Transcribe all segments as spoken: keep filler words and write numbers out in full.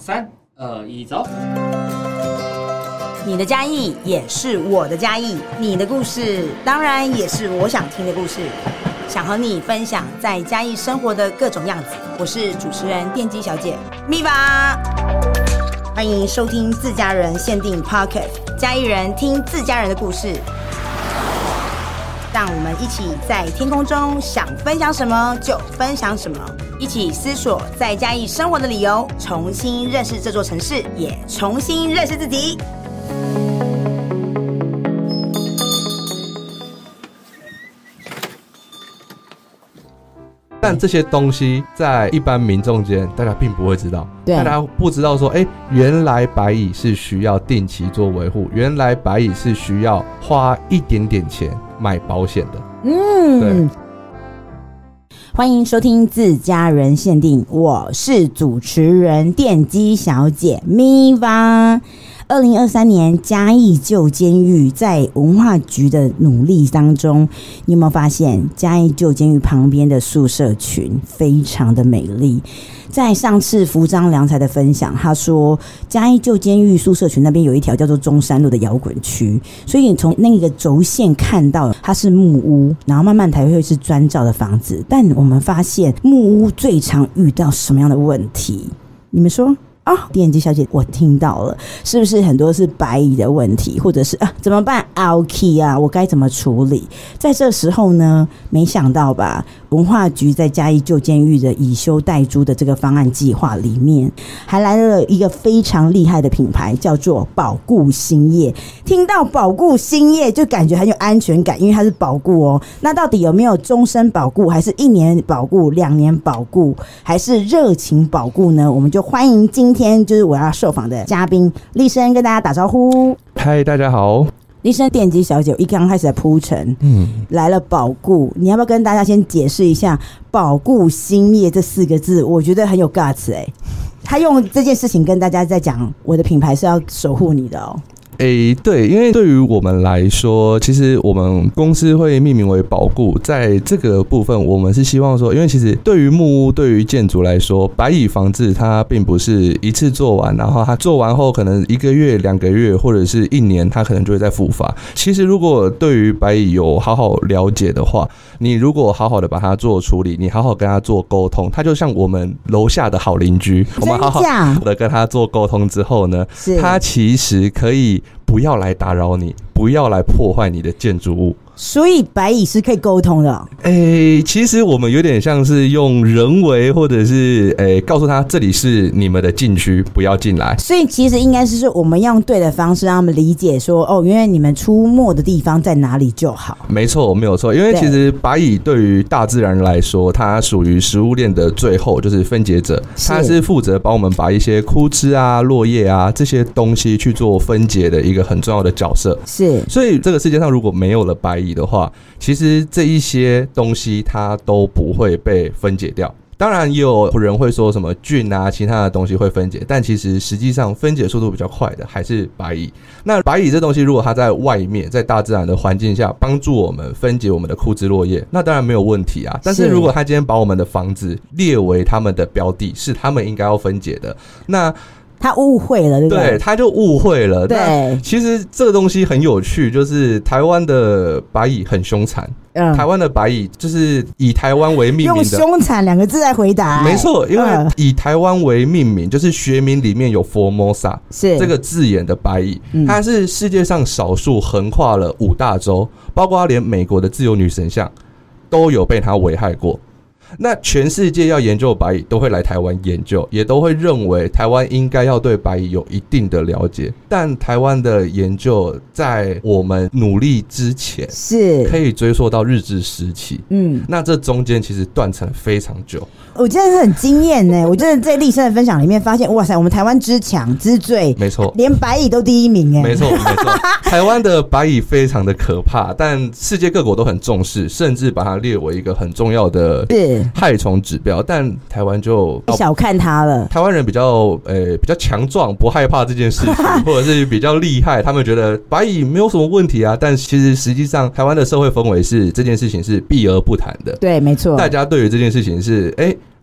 三二一，走！ 你的嘉义也是我的嘉义，你的故事当然也是我想听的故事。想和你分享在嘉义生活的各种样子。我是主持人电机小姐咪吧，欢迎收听自家人限定 Podcast， 嘉义人听自家人的故事。让我们一起在天空中想分享什么就分享什么，一起思索在嘉义生活的理由，重新认识这座城市，也重新认识自己。 但这些东西在一般民众间，大家并不会知道。大家不知道说，哎、欸，原来白蚁是需要定期做维护，原来白蚁是需要花一点点钱买保险的。嗯，对。 欢迎收听自家人限定，我是主持人电机小姐咪吧。二零二三年嘉义旧监狱在文化局的努力当中，你有没有发现嘉义旧监狱旁边的宿舍群非常的美丽？在上次福章良才的分享，他说嘉义旧监狱宿舍群那边有一条叫做中山路的摇滚区，所以你从那个轴线看到它是木屋，然后慢慢才会是砖造的房子。但我们发现木屋最常遇到什么样的问题？你们说？哦，电机小姐，我听到了，是不是很多是白蚁的问题，或者是啊怎么办 ？OK 啊，我该怎么处理？在这时候呢，没想到吧，文化局在嘉义旧监狱的以修代租的这个方案计划里面，还来了一个非常厉害的品牌，叫做保固兴业。听到保固兴业，就感觉很有安全感，因为它是保固哦。那到底有没有终身保固，还是一年保固、两年保固，还是热情保固呢？我们就欢迎今天。今天就是我要受访的嘉宾立生跟大家打招呼。 嗨，大家好。 立生电机小姐一刚开始的铺陈，嗯，来了保固，你要不要跟大家先解释一下保固兴业这四个字？我觉得很有 guts 哎、欸，他用这件事情跟大家在讲，我的品牌是要守护你的哦。 诶、欸，对，因为对于我们来说，其实我们公司会命名为保固，在这个部分，我们是希望说，因为其实对于木屋、对于建筑来说，白蚁防治它并不是一次做完，然后它做完后可能一个月、两个月或者是一年，它可能就会再复发。其实如果对于白蚁有好好了解的话，你如果好好的把它做处理，你好好跟它做沟通，它就像我们楼下的好邻居，我们好好的跟它做沟通之后呢，它其实可以。不要来打扰你，不要来破坏你的建筑物。 所以白蚁是可以沟通的、哦。 诶、欸，其实我们有点像是用人为，或者是诶、欸、告诉他这里是你们的禁区，不要进来。 所以其实应该是说我们用对的方式让他们理解说，哦，原来你们出没的地方在哪里就好。 没错，没有错。因为其实白蚁对于大自然来说，它属于食物链的最后，就是分解者，它是负责帮我们把一些枯枝啊、落叶啊这些东西去做分解的一个很重要的角色。 是， 所以这个世界上如果没有了白蚁的话，其实这一些东西它都不会被分解掉。当然也有人会说什么菌啊其他的东西会分解，但其实实际上分解速度比较快的还是白蚁。那白蚁这东西如果它在外面，在大自然的环境下帮助我们分解我们的枯枝落叶，那当然没有问题啊。但是如果它今天把我们的房子列为他们的标的，是他们应该要分解的，那他误会了，对不对？ 对，他就误会了。 对， 其实这个东西很有趣，就是台湾的白蚁很凶残。嗯，台湾的白蚁就是以台湾为命名的， 用凶残两个字来回答、欸。 没错，因为以台湾为命名，就是学名里面有 Formosa 是这个字眼的白蚁、嗯，它是世界上少数横跨了五大洲，包括连美国的自由女神像都有被它危害过。那全世界要研究白蚁都会来台湾研究，也都会认为台湾应该要对白蚁有一定的了解，但台湾的研究在我们努力之前是可以追溯到日治时期，嗯，那这中间其实断层非常久。 我真的是很惊艳呢！我真的在立生的分享里面发现，哇塞，我们台湾之强之最， 没错， 连白蚁都第一名哎， 没错没错，台湾的白蚁非常的可怕，但世界各国都很重视，甚至把它列为一个很重要的害虫指标，但台湾就小看它了。 台湾人比较呃比较强壮，不害怕这件事情，或者是比较厉害，他们觉得白蚁没有什么问题啊。但其实实际上，台湾的社会氛围是这件事情是避而不谈的。 对，没错， 大家对于这件事情是哎。欸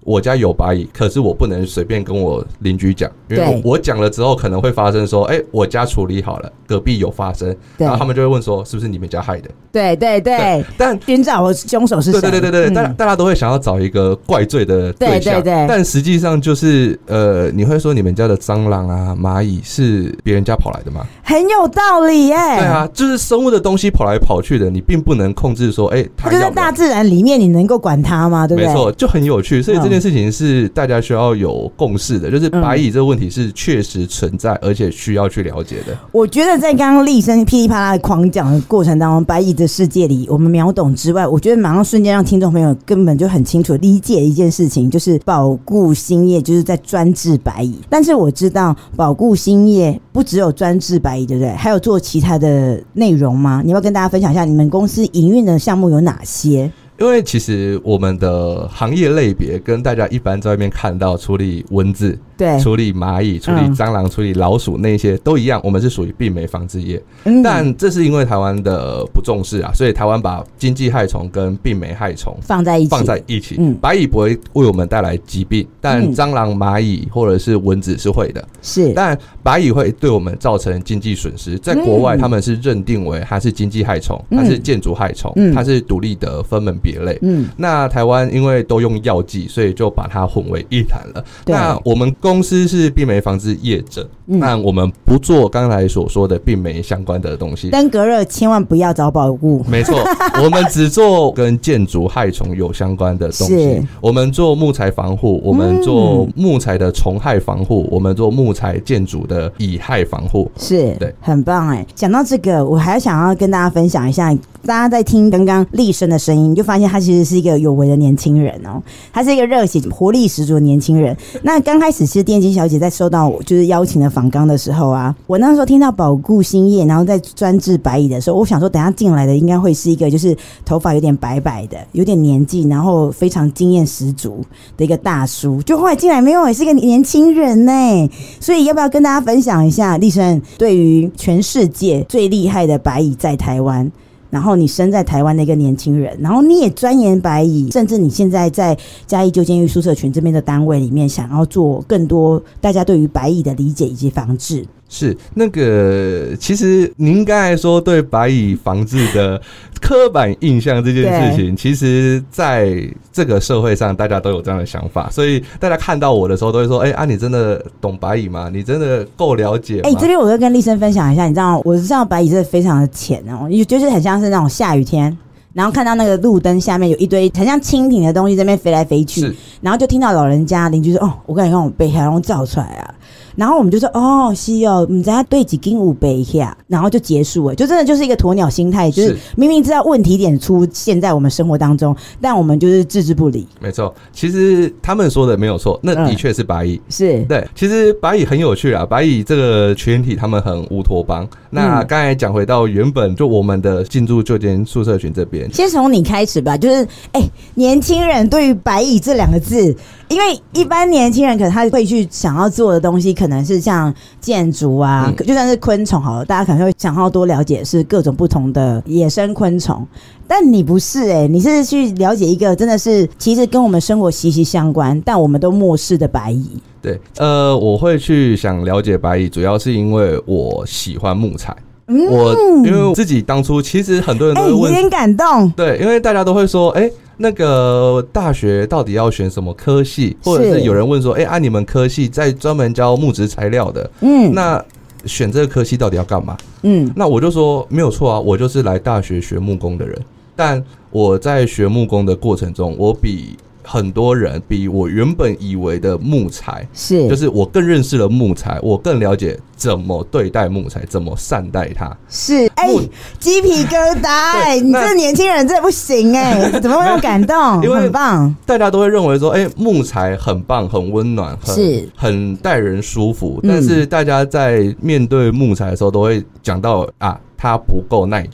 我家有白蚁，可是我不能随便跟我邻居讲，因为我讲了之后可能会发生说，哎、欸，我家处理好了，隔壁有发生，然后他们就会问说，是不是你们家害的？ 对对 对, 对， 但寻找凶手是谁？ 对对对对对，大、嗯、大家都会想要找一个怪罪的对象， 对对对， 但实际上就是呃，你会说你们家的蟑螂啊、蚂蚁是别人家跑来的吗？ 很有道理耶、欸。 对啊，就是生物的东西跑来跑去的，你并不能控制说，哎、欸，它就在大自然里面，你能够管它吗？对不对？ 没错，就很有趣，所以这件事情是大家需要有共识的，就是白蚁这个问题是确实存在，而且需要去了解的。 我觉得在刚刚立声噼里啪啦的狂讲的过程当中，白蚁的世界里我们秒懂之外，我觉得马上瞬间让听众朋友根本就很清楚理解一件事情，就是保固兴业就是在专治白蚁。但是我知道保固兴业不只有专治白蚁，对不对？还有做其他的内容吗？你要不要跟大家分享一下你们公司营运的项目有哪些？ 因为其实我们的行业类别跟大家一般在外面看到处理蚊子、对，处理蚂蚁、处理蟑螂、嗯、处理老鼠那些都一样，我们是属于病媒防治业、嗯。但这是因为台湾的不重视啊，所以台湾把经济害虫跟病媒害虫放在一起， 放在一起。嗯、白蚁不会为我们带来疾病，但蟑螂、蚂蚁或者是蚊子是会的。是，但白蚁会对我们造成经济损失。在国外，他们是认定为它是经济害虫，它是建筑害虫，嗯、它是独立的分门别类。嗯，那台湾因为都用药剂，所以就把它混为一谈了。那我们公司是病媒防治业者，嗯、那我们不做刚才所说的病媒相关的东西。 登革热千万不要找保固。 没错，我们只做跟建筑害虫有相关的东西。我们做木材防护，我们做木材的虫害防护，嗯、我们做木材建筑的蚁害防护。 是，对，很棒哎。讲到这个，我还想要跟大家分享一下。大家在听刚刚立声的声音，就发现他其实是一个有为的年轻人哦，他是一个热血活力十足的年轻人。那刚开始其实电机小姐在收到我就是邀请的访纲的时候啊，我那时候听到保固兴业，然后在专治白蚁的时候，我想说等一下进来的应该会是一个就是头发有点白白的，有点年纪，然后非常经验十足的一个大叔，就后来进来没有，也是一个年轻人呢。所以要不要跟大家分享一下立声对于全世界最厉害的白蚁在台湾，然后你身在台湾的一个年轻人，然后你也钻研白蚁，甚至你现在在嘉义旧监狱宿舍群这边的单位里面，想要做更多大家对于白蚁的理解以及防治。 是那个，其实您刚才说对白蚁防治的刻板印象这件事情，其实在这个社会上大家都有这样的想法，所以大家看到我的时候都会说：“哎、欸、啊，你真的懂白蚁吗？你真的够了解吗？”哎、 欸，这边我就跟立声分享一下，你知道，我知道白蚁真的非常的浅哦，就是很像是那种下雨天。然后看到那个路灯下面有一堆很像蜻蜓的东西在那边飞来飞去，然后就听到老人家邻居说：“哦，我跟你看我背下，然后照出来啊。”然后我们就说：“哦，是哦，你在对几根五背一下，然后就结束了，就真的就是一个鸵鸟心态，就是明明知道问题点出现在我们生活当中，但我们就是置之不理。” 没错，其实他们说的没有错，那的确是白蚁， 嗯、是对。其实白蚁很有趣啦，白蚁这个群体他们很乌托邦。那刚才讲回到原本就我们的进驻旧监宿舍群这边。 先从你开始吧，就是哎、欸，年轻人对于白蚁这两个字，因为一般年轻人可能他会去想要做的东西，可能是像建筑啊，嗯、就算是昆虫好了，大家可能会想要多了解是各种不同的野生昆虫，但你不是哎、欸，你是去了解一个真的是其实跟我们生活息息相关，但我们都漠视的白蚁。 对，呃，我会去想了解白蚁，主要是因为我喜欢木材。嗯、我因为自己当初其实很多人都会问， 哎、欸，有点感动。 对，因为大家都会说，哎、欸，那个大学到底要选什么科系，或者是有人问说，哎、欸，啊，你们科系在专门教木质材料的，嗯，那选这个科系到底要干嘛？嗯，那我就说没有错啊，我就是来大学学木工的人，但我在学木工的过程中，我比很多人比我原本以为的木材是，就是我更认识了木材，我更了解怎么对待木材，怎么善待它。 是，哎、欸，鸡皮疙瘩、欸，你这年轻人这不行哎、欸，怎么会那么感动？ 因为很棒， 大家都会认为说，哎、欸，木材很棒，很温暖，很是很待人舒服、嗯。但是大家在面对木材的时候，都会讲到啊，它不够耐久。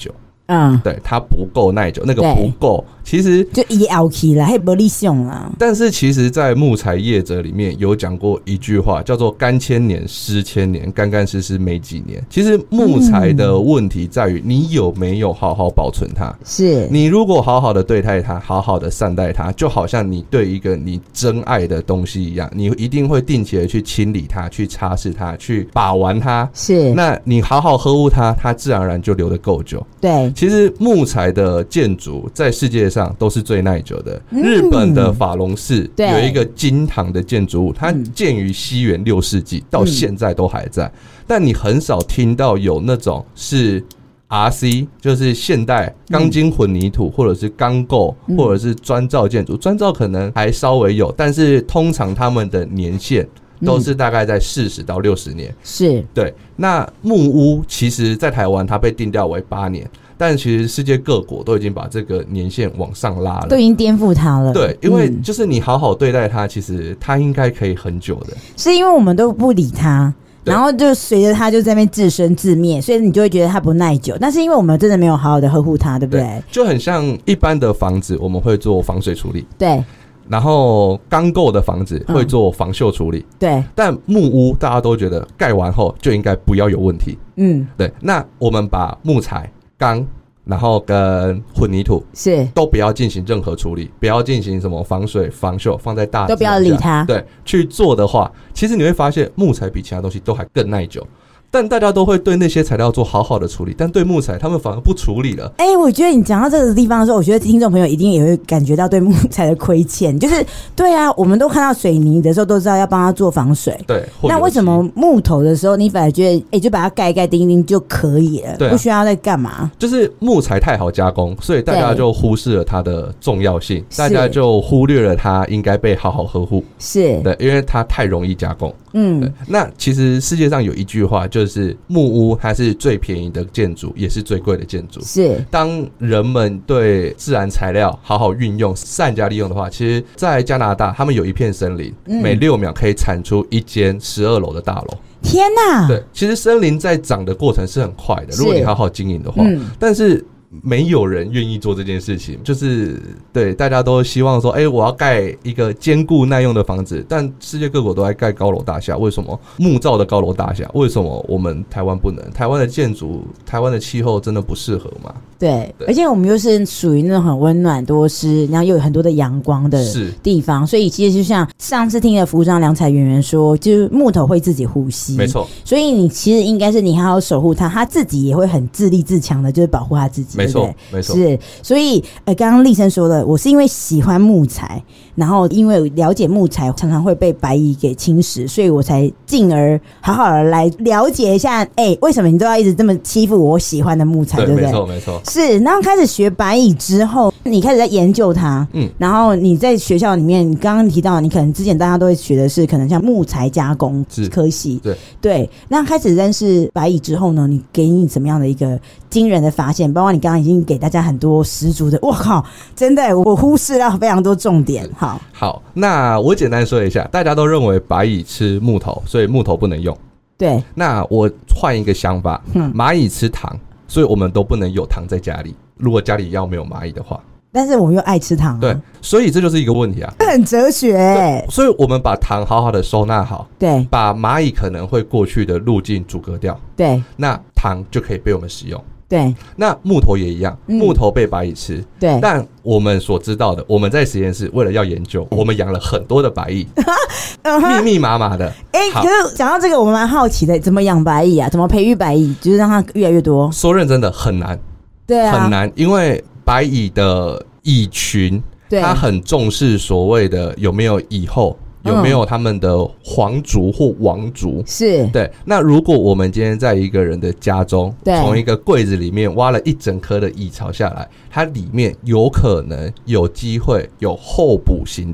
嗯， 对，它不够耐久，那个不够，其实就以后起了，还不利用啦。 但是其实，在木材业者里面有讲过一句话，叫做“干千年，湿千年，干干湿湿没几年”。其实木材的问题在于你有没有好好保存它。 是你如果好好的对待它，好好的善待它，就好像你对一个你真爱的东西一样，你一定会定期的去清理它，去擦拭它，去把玩它。 是， 那你好好呵护它，它自然而然就留得够久。 对， 其实木材的建筑在世界上都是最耐久的。嗯、日本的法隆寺有一个金堂的建筑物，它建于西元六世纪，到现在都还在。嗯、但你很少听到有那种是 R C， 就是现代钢筋混凝土，或者是钢构，或者是砖造建筑。砖造可能还稍微有，但是通常他们的年限都是大概在四十到六十年。是，对。那木屋其实在台湾它被定调为八年。但其实世界各国都已经把这个年限往上拉了， 都已经颠覆它了。 对，因为就是你好好对待它，其实它应该可以很久的。 是因为我们都不理它，然后就随着它就在那边自生自灭，所以你就会觉得它不耐久。但是因为我们真的没有好好的呵护它，对不对？对， 就很像一般的房子，我们会做防水处理。 对。 然后钢构的房子会做防锈处理。嗯、对。但木屋大家都觉得盖完后就应该不要有问题。嗯。对。那我们把木材钢，然后跟混凝土是都不要进行任何处理，不要进行什么防水防锈，放在大都不要理它。 对，去做的话，其实你会发现木材比其他东西都还更耐久。但大家都会对那些材料做好好的处理，但对木材他们反而不处理了。 哎、欸，我觉得你讲到这个地方的时候，我觉得听众朋友一定也会感觉到对木材的亏欠。就是对啊，我们都看到水泥的时候都知道要帮它做防水，对。那为什么木头的时候你反而觉得，哎、欸，就把它盖一盖、钉一钉就可以了，对啊、不需要再干嘛？ 就是木材太好加工，所以大家就忽视了它的重要性，大家就忽略了它应该被好好呵护。是，对，因为它太容易加工。嗯，那其实世界上有一句话，就是木屋它是最便宜的建筑，也是最贵的建筑。是，当人们对自然材料好好运用、善加利用的话，其实，在加拿大，他们有一片森林，嗯、每六秒可以产出一间十二楼的大楼。 天哪！ 对，其实森林在长的过程是很快的，如果你好好经营的话，嗯、但是没有人愿意做这件事情，就是对大家都希望说，哎、欸，我要盖一个坚固耐用的房子，但世界各国都在盖高楼大厦，为什么木造的高楼大厦？为什么我们台湾不能？台湾的建筑，台湾的气候真的不适合吗？ 对，对，而且我们又是属于那种很温暖多湿，然后又有很多的阳光的地方，所以其实就像上次听的服装良才圆圆说，就是木头会自己呼吸，没错。所以你其实应该是你好好守护它，它自己也会很自立自强的，就是保护它自己，没错，没错。是，所以呃，刚刚立生说了，我是因为喜欢木材，然后因为了解木材常常会被白蚁给侵蚀，所以我才进而好好的来了解一下，哎、欸，为什么你都要一直这么欺负我喜欢的木材， 对, 对不对？没错，没错。是，然后开始学白蚁之后，你开始在研究它，嗯，然后你在学校里面，你刚刚提到，你可能之前大家都会学的是可能像木材加工科系，对对。那开始认识白蚁之后呢，你给你怎么样的一个惊人的发现？包括你刚刚已经给大家很多十足的，我靠，真的我忽视到非常多重点。好， 好，那我简单说一下，大家都认为白蚁吃木头，所以木头不能用。对，那我换一个想法，嗯、蚂蚁吃糖。所以我们都不能有糖在家里，如果家里要没有蚂蚁的话。 但是我们又爱吃糖、啊、 对，所以这就是一个问题啊， 很哲学、欸、 所以我们把糖好好的收纳好，对，把蚂蚁可能会过去的路径阻隔掉，对，那糖就可以被我们使用。对，那木头也一样，木头被白蚁吃，对、嗯，但我们所知道的，我们在实验室为了要研究，我们养了很多的白蚁，密密麻麻的。哎、欸， 可是讲到这个，我们蛮好奇的，怎么养白蚁啊？怎么培育白蚁，就是让它越来越多？ 说认真的很难，对啊，很难，因为白蚁的蚁群，它很重视所谓的有没有蚁后。有没有他们的皇族或王族？是对。那如果我们今天在一个人的家中，从一个柜子里面挖了一整颗的蚁巢下来，它里面有可能有机会有候补型的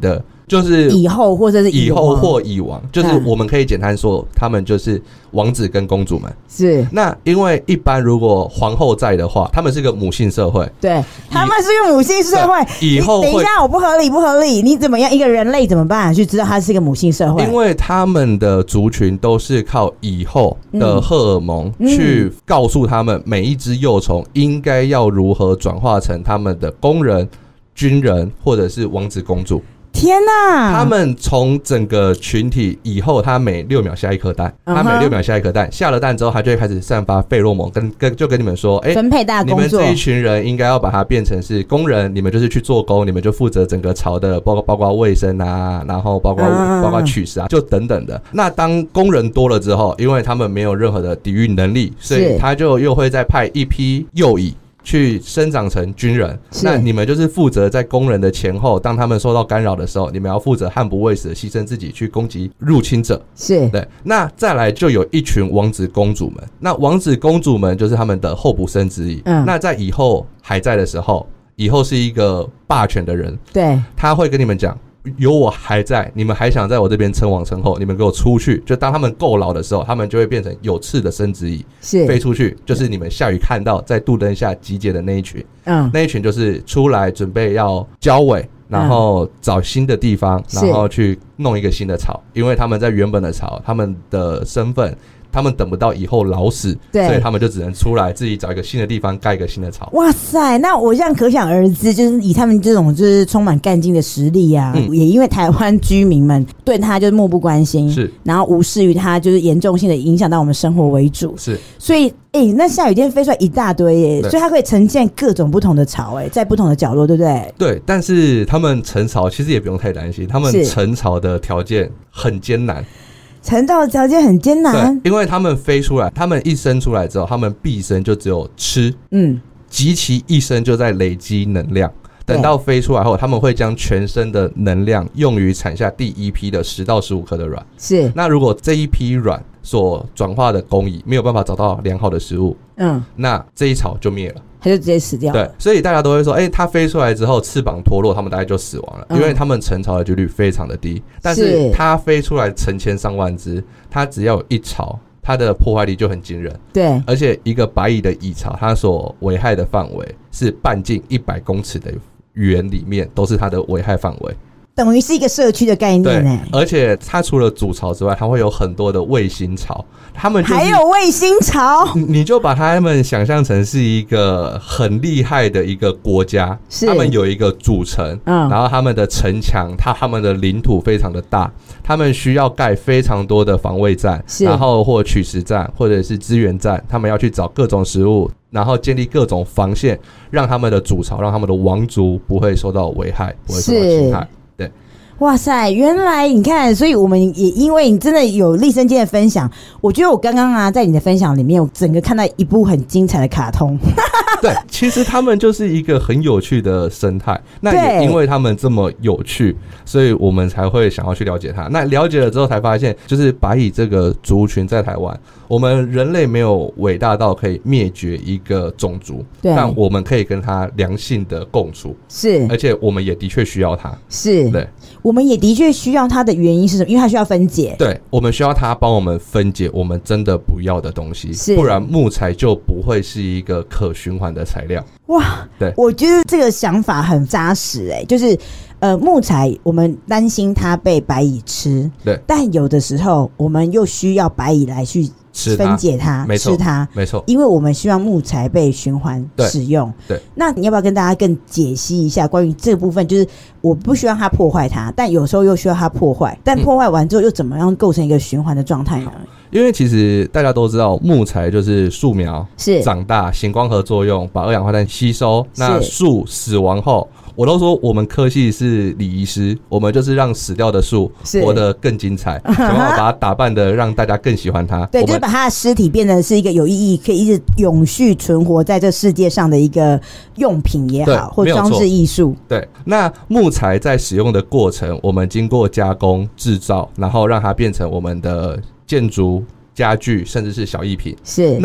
就是以后或者是以后或以往，就是我们可以简单说，他们就是王子跟公主们。 是。 那因为一般如果皇后在的话，他们是个母性社会， 对，他们是个母性社会。 以后等一下，我不合理，不合理，你怎么样？一个人类怎么办去知道他是个母性社会？ 因为他们的族群都是靠以后的荷尔蒙去告诉他们每一只幼虫应该要如何转化成他们的工人、军人或者是王子公主。 天哪！ 他们从整个群体以后，他每六秒下一颗蛋，他每六秒下一颗蛋，下了蛋之后，他就会开始散发费洛蒙，跟跟就跟你们说，哎、欸， 分配大工作， 你们这一群人应该要把它变成是工人，你们就是去做工，你们就负责整个巢的，包括包括卫生啊，然后包括、嗯、包括取食啊，就等等的。那当工人多了之后，因为他们没有任何的抵御能力，所以他就又会再派一批幼蚁去生长成军人，那你们就是负责在工人的前后，当他们受到干扰的时候，你们要负责悍不畏死的牺牲自己去攻击入侵者。 是， 对。那再来就有一群王子公主们，那王子公主们就是他们的候补生之一。嗯，那在以后还在的时候，以后是一个霸权的人， 对， 他会跟你们讲，有我还在，你们还想在我这边称王称后，你们给我出去。就当他们够老的时候，他们就会变成有翅的生殖蚁，是飞出去，就是你们下雨看到在杜灯下集结的那一群。嗯，那一群就是出来准备要交尾，然后找新的地方，然后去弄一个新的巢，因为他们在原本的巢，他们的身份。他们等不到以后老死，所以他们就只能出来自己找一个新的地方盖一个新的巢。 哇塞，那我这样可想而知，就是以他们这种就是充满干劲的实力啊，嗯、也因为台湾居民们对他就是漠不关心，是，然后无视于他就是严重性的影响到我们生活为主，是，所以哎、欸，那下雨天飞出来一大堆耶，所以它可以呈现各种不同的巢，哎，在不同的角落，对不对？ 对，但是他们成巢其实也不用太担心，他们成巢的条件很艰难。 成巢的条件很艰难， 对，因为他们飞出来，他们一生出来之后，他们毕生就只有吃，嗯，集其一生就在累积能量。等到飞出来后，他们会将全身的能量用于产下第一批的十到十五颗的卵。是，那如果这一批卵所转化的工蚁没有办法找到良好的食物，嗯，那这一巢就灭了。 它就直接死掉了。 对，所以大家都会说，哎、欸，它飞出来之后翅膀脱落，它们大概就死亡了，嗯、因为它们成巢的几率非常的低。但是它飞出来成千上万只，它只要有一巢，它的破坏力就很惊人。对，而且一个白蚁的蚁巢，它所危害的范围是半径一百公尺的圆里面都是它的危害范围。 等于是一个社区的概念耶， 而且它除了主巢之外，它会有很多的卫星巢，他们、就是、 还有卫星巢， 你就把他们想象成是一个很厉害的一个国家，他们有一个主城，嗯，然后他们的城墙，它他们的领土非常的大，他们需要盖非常多的防卫站，然后或取食站或者是资源站，他们要去找各种食物，然后建立各种防线，让他们的主巢，让他们的王族不会受到危害，不会受到侵害。 哇塞，原来你看，所以我们也因为你真的有立身间的分享，我觉得我刚刚啊在你的分享里面，我整个看到一部很精彩的卡通。 对，其实他们就是一个很有趣的生态。那也因为他们这么有趣，所以我们才会想要去了解它。那了解了之后才发现，就是白蚁这个族群在台湾，我们人类没有伟大到可以灭绝一个种族，但我们可以跟它良性的共处。是，而且我们也的确需要它。 是， 对。 我们也的确需要它的原因是什么？因为它需要分解。 对，我们需要它帮我们分解我们真的不要的东西，不然木材就不会是一个可循环的材料。 哇，对，我觉得这个想法很扎实哎、欸，就是呃，木材我们担心它被白蚁吃，对，但有的时候我们又需要白蚁来去分解它，吃它， 没错， 因为我们希望木材被循环使用。对，对，那你要不要跟大家更解析一下关于这个部分？就是我不希望它破坏它，但有时候又需要它破坏，但破坏完之后又怎么样构成一个循环的状态呢？嗯， 因为其实大家都知道，木材就是树苗是长大，行光合作用，把二氧化碳吸收。那树死亡后，我都说我们科系是礼仪师，我们就是让死掉的树活得更精彩，想办法把它打扮的让大家更喜欢它。 对，就是把它的尸体变成是一个有意义，可以一直永续存活在这世界上的一个用品也好，或装置艺术。 对，那木材在使用的过程，我们经过加工制造，然后让它变成我们的建筑、家具，甚至是小艺品。是，那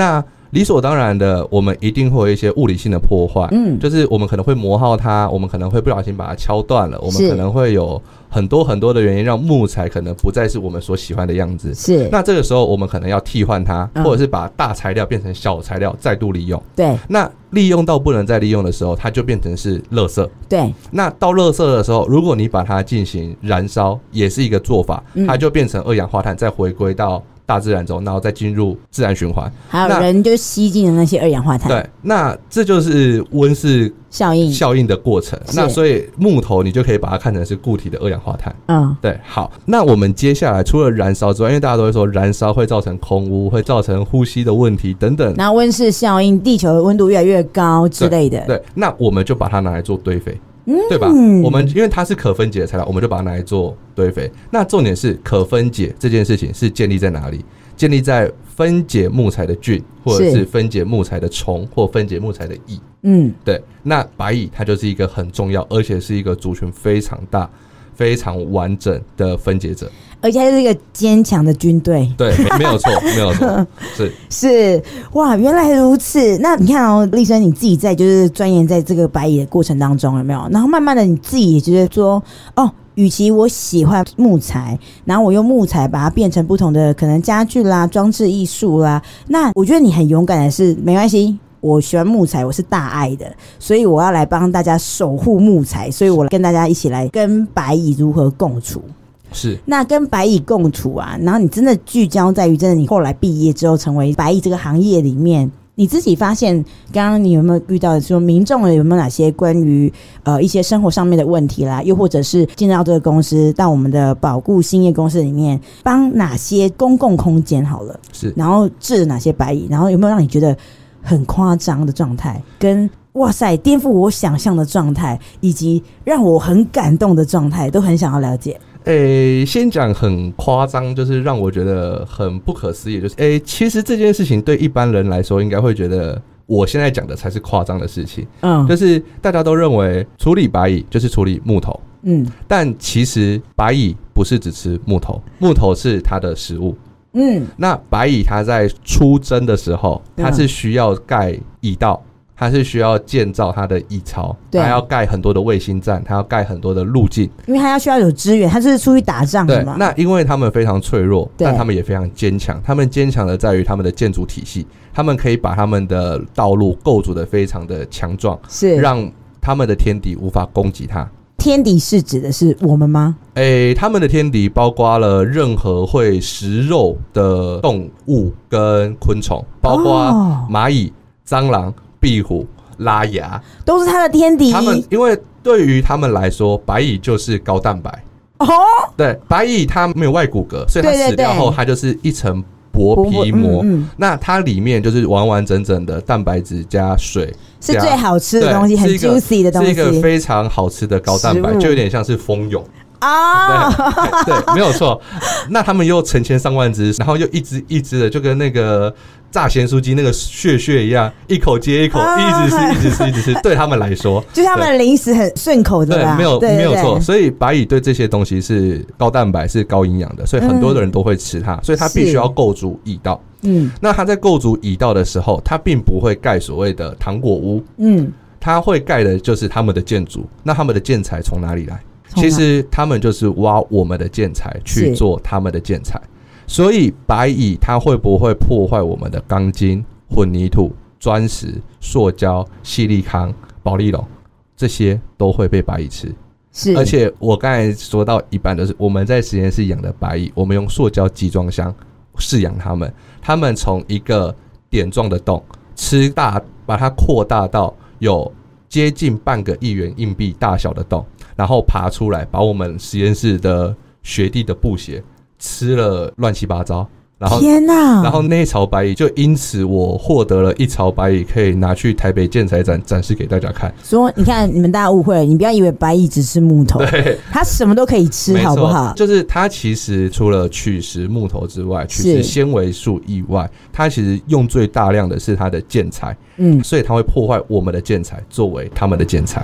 理所当然的，我们一定会有一些物理性的破坏，嗯，就是我们可能会磨耗它，我们可能会不小心把它敲断了，我们可能会有很多很多的原因让木材可能不再是我们所喜欢的样子。是，那这个时候我们可能要替换它，嗯、或者是把大材料变成小材料再度利用。对，那利用到不能再利用的时候，它就变成是垃圾。对，那到垃圾的时候，如果你把它进行燃烧，也是一个做法，它就变成二氧化碳，再回归到大自然中，然后再进入自然循环。还有人就吸进了那些二氧化碳。对，那这就是温室效应效应的过程。那所以木头你就可以把它看成是固体的二氧化碳。嗯，对。好，那我们接下来除了燃烧之外，因为大家都会说燃烧会造成空污，会造成呼吸的问题等等。那温室效应，地球的温度越来越高之类的。对，对，那我们就把它拿来做堆肥。对吧？我们因为它是可分解的材料，我们就把它拿来做堆肥。那重点是可分解这件事情是建立在哪里？建立在分解木材的菌，或者是分解木材的虫，或分解木材的蚁。嗯，对。那白蚁它就是一个很重要，而且是一个族群非常大、非常完整的分解者。而且它是一个坚强的军队。对，没有错，没有错，是是哇，原来如此。那你看哦，立生你自己在就是钻研在这个白蚁的过程当中，有没有？然后慢慢的你自己也觉得说，哦，与其我喜欢木材，然后我用木材把它变成不同的可能家具啦、装置艺术啦，那我觉得你很勇敢的是，没关系。我喜欢木材，我是大爱的，所以我要来帮大家守护木材，所以我跟大家一起来跟白蚁如何共处。是，那跟白蚁共处啊，然后你真的聚焦在于真的你后来毕业之后成为白蚁这个行业里面，你自己发现刚刚你有没有遇到说民众有没有哪些关于呃一些生活上面的问题啦，又或者是进到这个公司到我们的保固兴业公司里面帮哪些公共空间好了，是，然后治哪些白蚁，然后有没有让你觉得很夸张的状态，跟哇塞颠覆我想象的状态，以及让我很感动的状态，都很想要了解。诶、欸，先讲很夸张，就是让我觉得很不可思议，就是诶、欸，其实这件事情对一般人来说，应该会觉得我现在讲的才是夸张的事情。嗯，就是大家都认为处理白蚁就是处理木头，嗯，但其实白蚁不是只吃木头，木头是它的食物。嗯，那白蚁它在出征的时候，它是需要盖蚁道。它是需要建造它的蚁巢，它要盖很多的卫星站，它要盖很多的路径，因为它要需要有资源，它是出去打仗的嘛。那因为他们非常脆弱，但他们也非常坚强。他们坚强的在于他们的建筑体系，他们可以把他们的道路构筑的非常的强壮，是让他们的天敌无法攻击它。天敌是指的是我们吗？诶、欸，他们的天敌包括了任何会食肉的动物跟昆虫，包括蚂蚁、蟑螂。壁虎、拉牙都是他的天敌。他们因为对于他们来说，白蚁就是高蛋白哦。对，白蚁它没有外骨骼，所以它死掉后，它就是一层薄皮膜。嗯嗯、那它里面就是完完整整的蛋白质加水，是最好吃的东西，很 juicy 的东西，是一个非常好吃的高蛋白，就有点像是蜂蛹。啊、oh ，对，没有错。那他们又成千上万只，然后又一只一只的，就跟那个炸咸酥鸡那个屑屑一样，一口接一口， oh, 一直吃，一直吃，一直吃。对他们来说，就是他们的零食很顺口的吧？对，没有对对对没有错。所以白蚁对这些东西是高蛋白、是高营养的，所以很多的人都会吃它。嗯、所以它必须要构筑蚁道。嗯，那它在构筑蚁道的时候，它并不会盖所谓的糖果屋。嗯，它会盖的就是他们的建筑。那他们的建材从哪里来？其实他们就是挖我们的建材去做他们的建材，所以白蚁它会不会破坏我们的钢筋、混凝土、砖石、塑胶、矽利康、保丽龙，这些都会被白蚁吃。是，而且我刚才说到一半的是我们在实验室养的白蚁，我们用塑胶集装箱饲养它们，它们从一个点状的洞吃大，把它扩大到有接近半个亿元硬币大小的洞。然后爬出来，把我们实验室的学弟的布鞋吃了乱七八糟。然后天哪！然后那一巢白蚁就因此我获得了一巢白蚁，可以拿去台北建材展展示给大家看。说你看，你们大家误会了，你不要以为白蚁只吃木头，对，它什么都可以吃，好不好？就是它其实除了取食木头之外，取食纤维素以外，它其实用最大量的是它的建材，嗯，所以它会破坏我们的建材，作为他们的建材。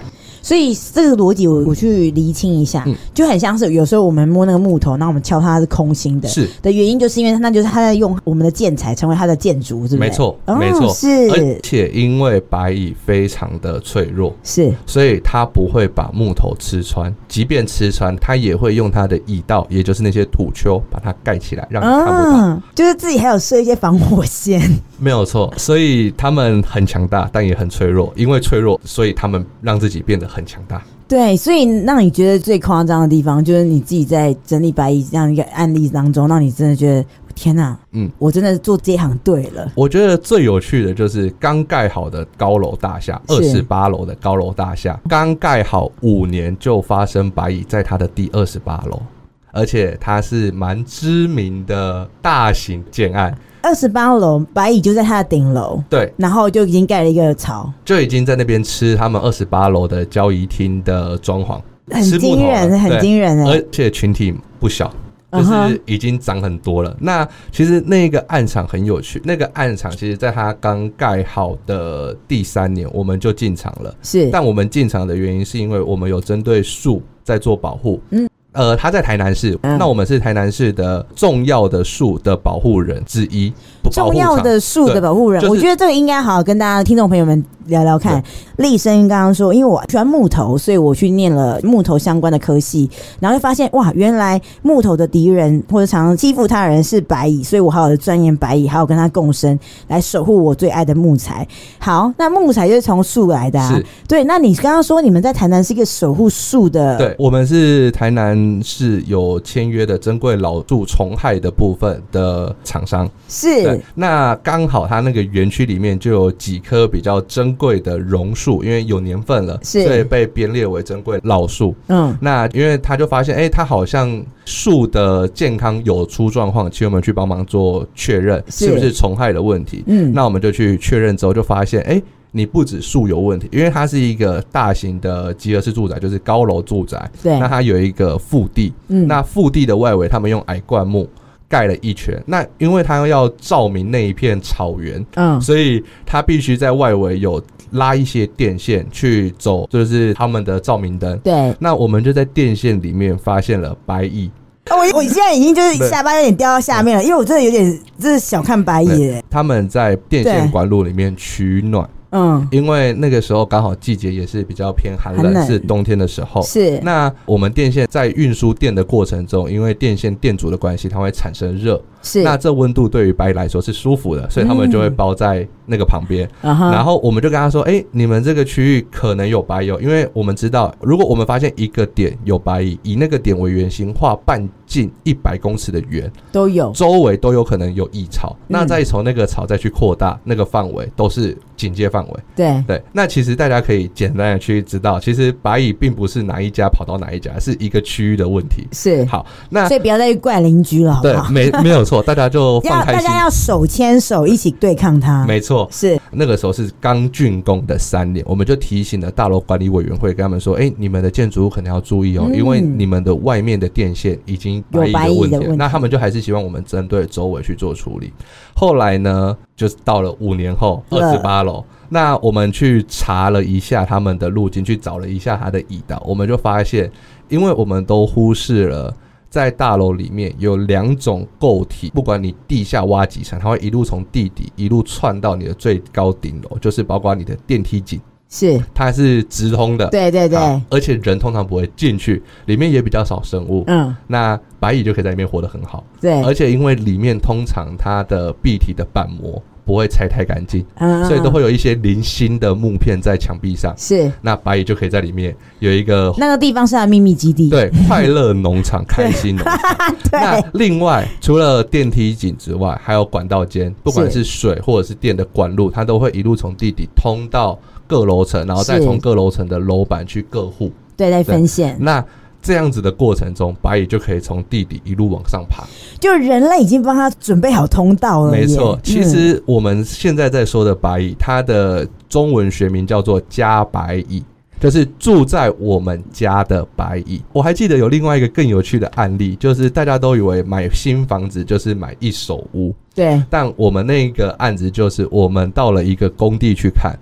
所以这个逻辑我我去厘清一下、嗯，就很像是有时候我们摸那个木头，然后我们敲它是空心的， 是的原因就是因为那就是他在用我们的建材成为他的建筑，是不是？ 没错， 哦、 没错， 是。 而且因为白蚁非常的脆弱， 是， 所以它不会把木头吃穿，即便吃穿，它也会用它的蚁道，也就是那些土丘把它盖起来，让你看不到、嗯。 就是自己还有设一些防火线， 没有错。所以他们很强大，但也很脆弱。因为脆弱，所以他们让自己变得很强大。 对，所以让你觉得最夸张的地方，就是你自己在整理白蚁这样一个案例当中，让你真的觉得天哪，嗯，我真的做这一行对了。 我觉得最有趣的就是刚盖好的高楼大厦，二十八楼的高楼大厦，刚盖好五年就发生白蚁在它的第二十八楼，而且它是蛮知名的大型建案。 二十八楼白蚁就在它的顶楼， 对， 然后就已经盖了一个巢， 就已经在那边吃他们二十八楼的交易厅的装潢， 很惊人，很惊人， 而且群体不小。就是已经涨很多了。Uh-huh. 那其实那个案场很有趣，那个案场其实在它刚盖好的第三年我们就进场了， 是。 但我们进场的原因是因为我们有针对树在做保护，嗯。呃，他在台南市、嗯，那我们是台南市的重要的树的保护人之一。 重要的树的保护人、就是，我觉得这个应该好好跟大家听众朋友们聊聊看。立生刚刚说，因为我喜欢木头，所以我去念了木头相关的科系，然后就发现哇，原来木头的敌人或者常常欺负他的人是白蚁，所以我好好的钻研白蚁，还有跟他共生，来守护我最爱的木材。好，那木材就是从树来的啊。对，那你刚刚说你们在台南是一个守护树的， 对，我们是台南是有签约的珍贵老树虫害的部分的厂商， 是。 那刚好它那个园区里面就有几棵比较珍贵的榕树，因为有年份了，所以被编列为珍贵老树。嗯，那因为他就发现，哎、欸，他好像树的健康有出状况，请我们去帮忙做确认，是不是虫害的问题？嗯，那我们就去确认之后，就发现，哎、欸。你不止树有问题，因为它是一个大型的集合式住宅，就是高楼住宅。 对， 那它有一个腹地，嗯，那腹地的外围他们用矮灌木盖了一圈。那因为它要照明那一片草原，嗯，所以它必须在外围有拉一些电线去走，就是他们的照明灯。 对， 那我们就在电线里面发现了白蚁。 我我现在已经就是下巴有点掉到下面了，因为我真的有点真的小看白蚁耶。 他们在电线管路里面取暖。嗯，因为那个时候刚好季节也是比较偏寒冷，是冬天的时候。 是。 那我们电线在运输电的过程中，因为电线电阻的关系，它会产生热。是。那这温度对于白蚁来说是舒服的，所以他们就会包在那个旁边。嗯、然后我们就跟他说：“哎、欸，你们这个区域可能有白蚁，因为我们知道，如果我们发现一个点有白蚁，以那个点为圆心画半径一百公尺的圆， 都有， 周围都有可能有蚁巢。嗯、那再从那个巢再去扩大那个范围，都是警戒范围。 对对。那其实大家可以简单的去知道，其实白蚁并不是哪一家跑到哪一家，是一个区域的问题。 是。 好，那所以不要再怪邻居了，好不好？ 对，没没有错，大家就放开心， 大家要手牵手一起对抗它。 没错， 是那个时候是刚竣工的三年，我们就提醒了大楼管理委员会，跟他们说：“哎、欸，你们的建筑物可能要注意哦、嗯，因为你们的外面的电线已经白蚁的问题了。”那他们就还是希望我们针对周围去做处理。后来呢，就是到了五年后，二十八楼。那我们去查了一下他们的路径，去找了一下他的蚁道，我们就发现，因为我们都忽视了在大楼里面有两种构体，不管你地下挖几层，它会一路从地底一路窜到你的最高顶楼，就是包括你的电梯井， 是它是直通的， 对对对， 而且人通常不会进去，里面也比较少生物，嗯，那白蚁就可以在里面活得很好， 对， 而且因为里面通常它的壁体的板膜不会拆太干净，嗯，所以都会有一些零星的木片在墙壁上， 是， 那白蚁就可以在里面有一个那个地方是它的秘密基地， 对，快乐农场开心农场。那另外除了电梯井之外，还有管道间，不管是水或者是电的管路，它都会一路从地底通到各楼层，然后再从各楼层的楼板去各户， 对，再分线。 那这样子的过程中，白蚁就可以从地底一路往上爬， 就人类已经帮他准备好通道了。 没错，其实我们现在在说的白蚁，它的中文学名叫做家白蚁，就是住在我们家的白蚁。我还记得有另外一个更有趣的案例，就是大家都以为买新房子就是买一手屋， 对， 但我们那个案子就是我们到了一个工地去看，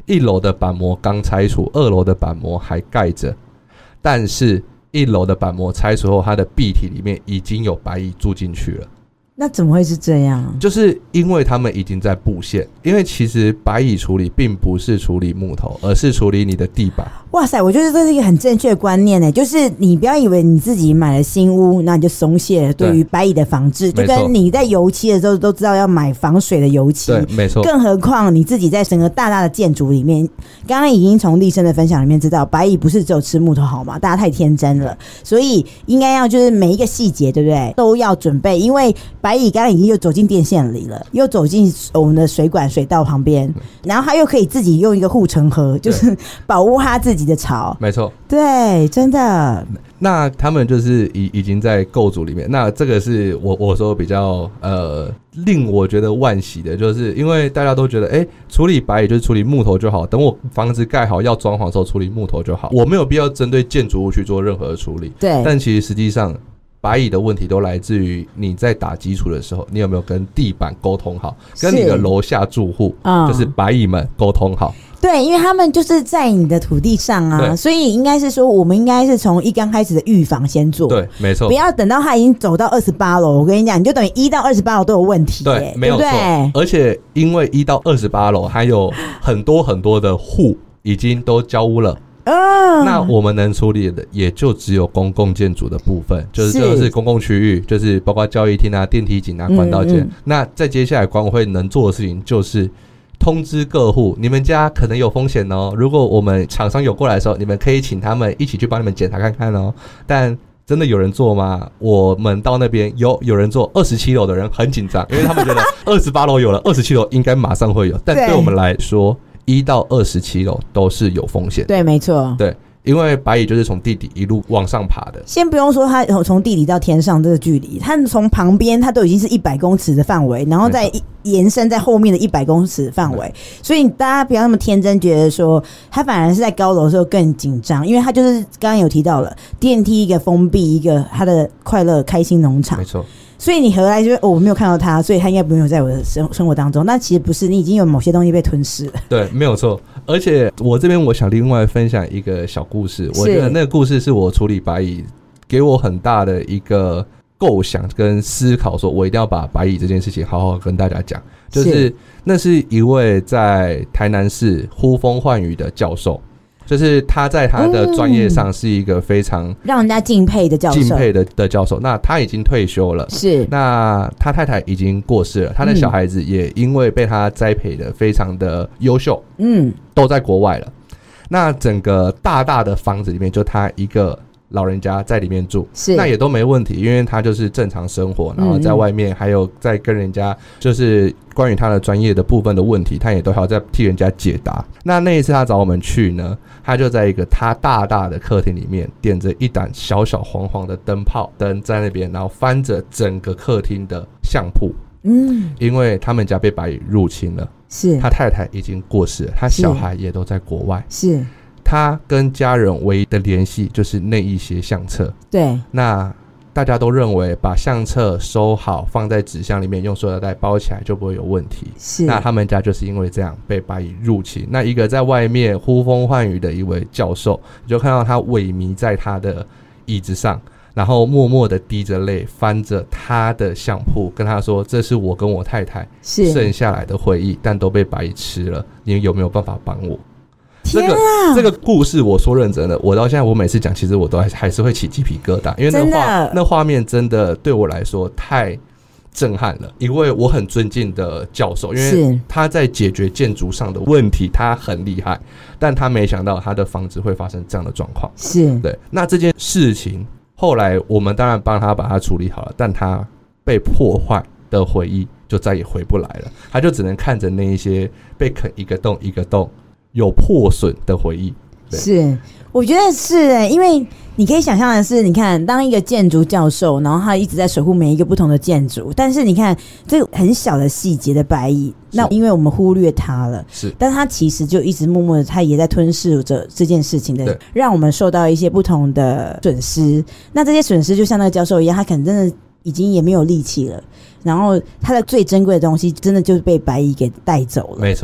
一楼的板模刚拆除，二楼的板模还盖着，但是一楼的板模拆除后，它的壁体里面已经有白蚁住进去了。 那怎么会是这样？ 就是因为他们已经在布线，因为其实白蚁处理并不是处理木头，而是处理你的地板。 哇塞，我觉得这是一个很正确的观念呢，就是你不要以为你自己买了新屋，那你就松懈了对于白蚁的防治，就跟你在油漆的时候都知道要买防水的油漆， 对，没错。 更何况你自己在整个大大的建筑里面，刚刚已经从立生的分享里面知道，白蚁不是只有吃木头好吗？大家太天真了，所以应该要就是每一个细节，对不对？都要准备，因为白蚁刚刚已经又走进电线里了，又走进我们的水管水道旁边，然后它又可以自己用一个护城河，就是保护它自己的巢。 没错， 对，真的。 那他们就是已已经在构筑里面，那这个是我我说比较呃令我觉得惋惜的，就是因为大家都觉得，哎、欸，处理白蚁就是处理木头就好，等我房子盖好要装潢的时候处理木头就好，我没有必要针对建筑物去做任何的处理。 对， 但其实实际上。白蚁的问题都来自于你在打基础的时候，你有没有跟地板沟通好，跟你的楼下住户，嗯、就是白蚁们沟通好。 对，因为他们就是在你的土地上啊，所以应该是说，我们应该是从一刚开始的预防先做。 对，没错， 不要等到他已经走到二十八楼，我跟你讲，你就等于一到二十八楼都有问题、欸。 对，没有错。而且因为一到二十八楼还有很多很多的户已经都交屋了。Uh, 那我们能处理的也就只有公共建筑的部分，就是这个是公共区域，就是包括交易厅啊、电梯井啊、管道间、嗯嗯。那在接下来管委会能做的事情就是通知各户，你们家可能有风险哦。如果我们厂商有过来的时候，你们可以请他们一起去帮你们检查看看哦。但真的有人做吗？我们到那边有有人做，二十七楼的人很紧张，因为他们觉得二十八楼有了，二十七楼应该马上会有，但对我们来说。一到二十七楼都是有风险， 对，没错， 对，因为白蚁就是从地底一路往上爬的。 先不用说它从地底到天上这个距离，它从旁边它都已经是一百公尺的范围，然后再延伸在后面的一百公尺的范围，所以大家不要那么天真，觉得说它反而是在高楼的时候更紧张，因为它就是刚刚有提到了电梯一个封闭，一个它的快乐开心农场， 没错。 所以你回来就哦，我没有看到他，所以他应该没有在我的生生活当中。但其实不是，你已经有某些东西被吞噬了。 对，没有错。而且我这边我想另外分享一个小故事，我觉得那个故事是我处理白蚁给我很大的一个构想跟思考，说我一定要把白蚁这件事情好好跟大家讲。就是那是一位在台南市呼风唤雨的教授。就是他在他的专业上是一个非常让人家敬佩的教授， 敬佩的的教授。那他已经退休了， 是。 那他太太已经过世了，他的小孩子也因为被他栽培的非常的优秀，嗯，都在国外了。那整个大大的房子里面，就他一个老人家在里面住， 是。 那也都没问题，因为他就是正常生活，然后在外面还有在跟人家就是关于他的专业的部分的问题，他也都还要在替人家解答。那那一次他找我们去呢，他就在一个他大大的客厅里面点着一盏小小黄黄的灯泡灯在那边，然后翻着整个客厅的相簿。嗯，因为他们家被白蚁入侵了， 是。 他太太已经过世了，他小孩也都在国外， 是。 他跟家人唯一的联系就是那一些相册。 对， 那大家都认为把相册收好放在纸箱里面，用塑料袋包起来就不会有问题。 是。 那他们家就是因为这样被白蚁入侵。那一个在外面呼风唤雨的一位教授，你就看到他萎靡在他的椅子上，然后默默的滴着泪翻着他的相簿，跟他说：“这是我跟我太太剩下来的回忆，但都被白蚁吃了。你有没有办法帮我？”这个这个故事，我说认真的，我到现在我每次讲，其实我都还还是会起鸡皮疙瘩，因为那画那画面真的对我来说太震撼了。一位我很尊敬的教授，因为他在解决建筑上的问题，他很厉害，但他没想到他的房子会发生这样的状况。 是对。那这件事情后来我们当然帮他把它处理好了，但他被破坏的回忆就再也回不来了，他就只能看着那一些被啃一个洞一个洞。有破损的回忆。 是，我觉得是哎、欸，因为你可以想象的是，你看，当一个建筑教授，然后他一直在守护每一个不同的建筑，但是你看这个很小的细节的白蚁，那因为我们忽略它了， 是， 但他其实就一直默默的，他也在吞噬着这件事情的，让我们受到一些不同的损失。那这些损失就像那个教授一样，他可能真的已经也没有力气了，然后他的最珍贵的东西，真的就是被白蚁给带走了。 没错。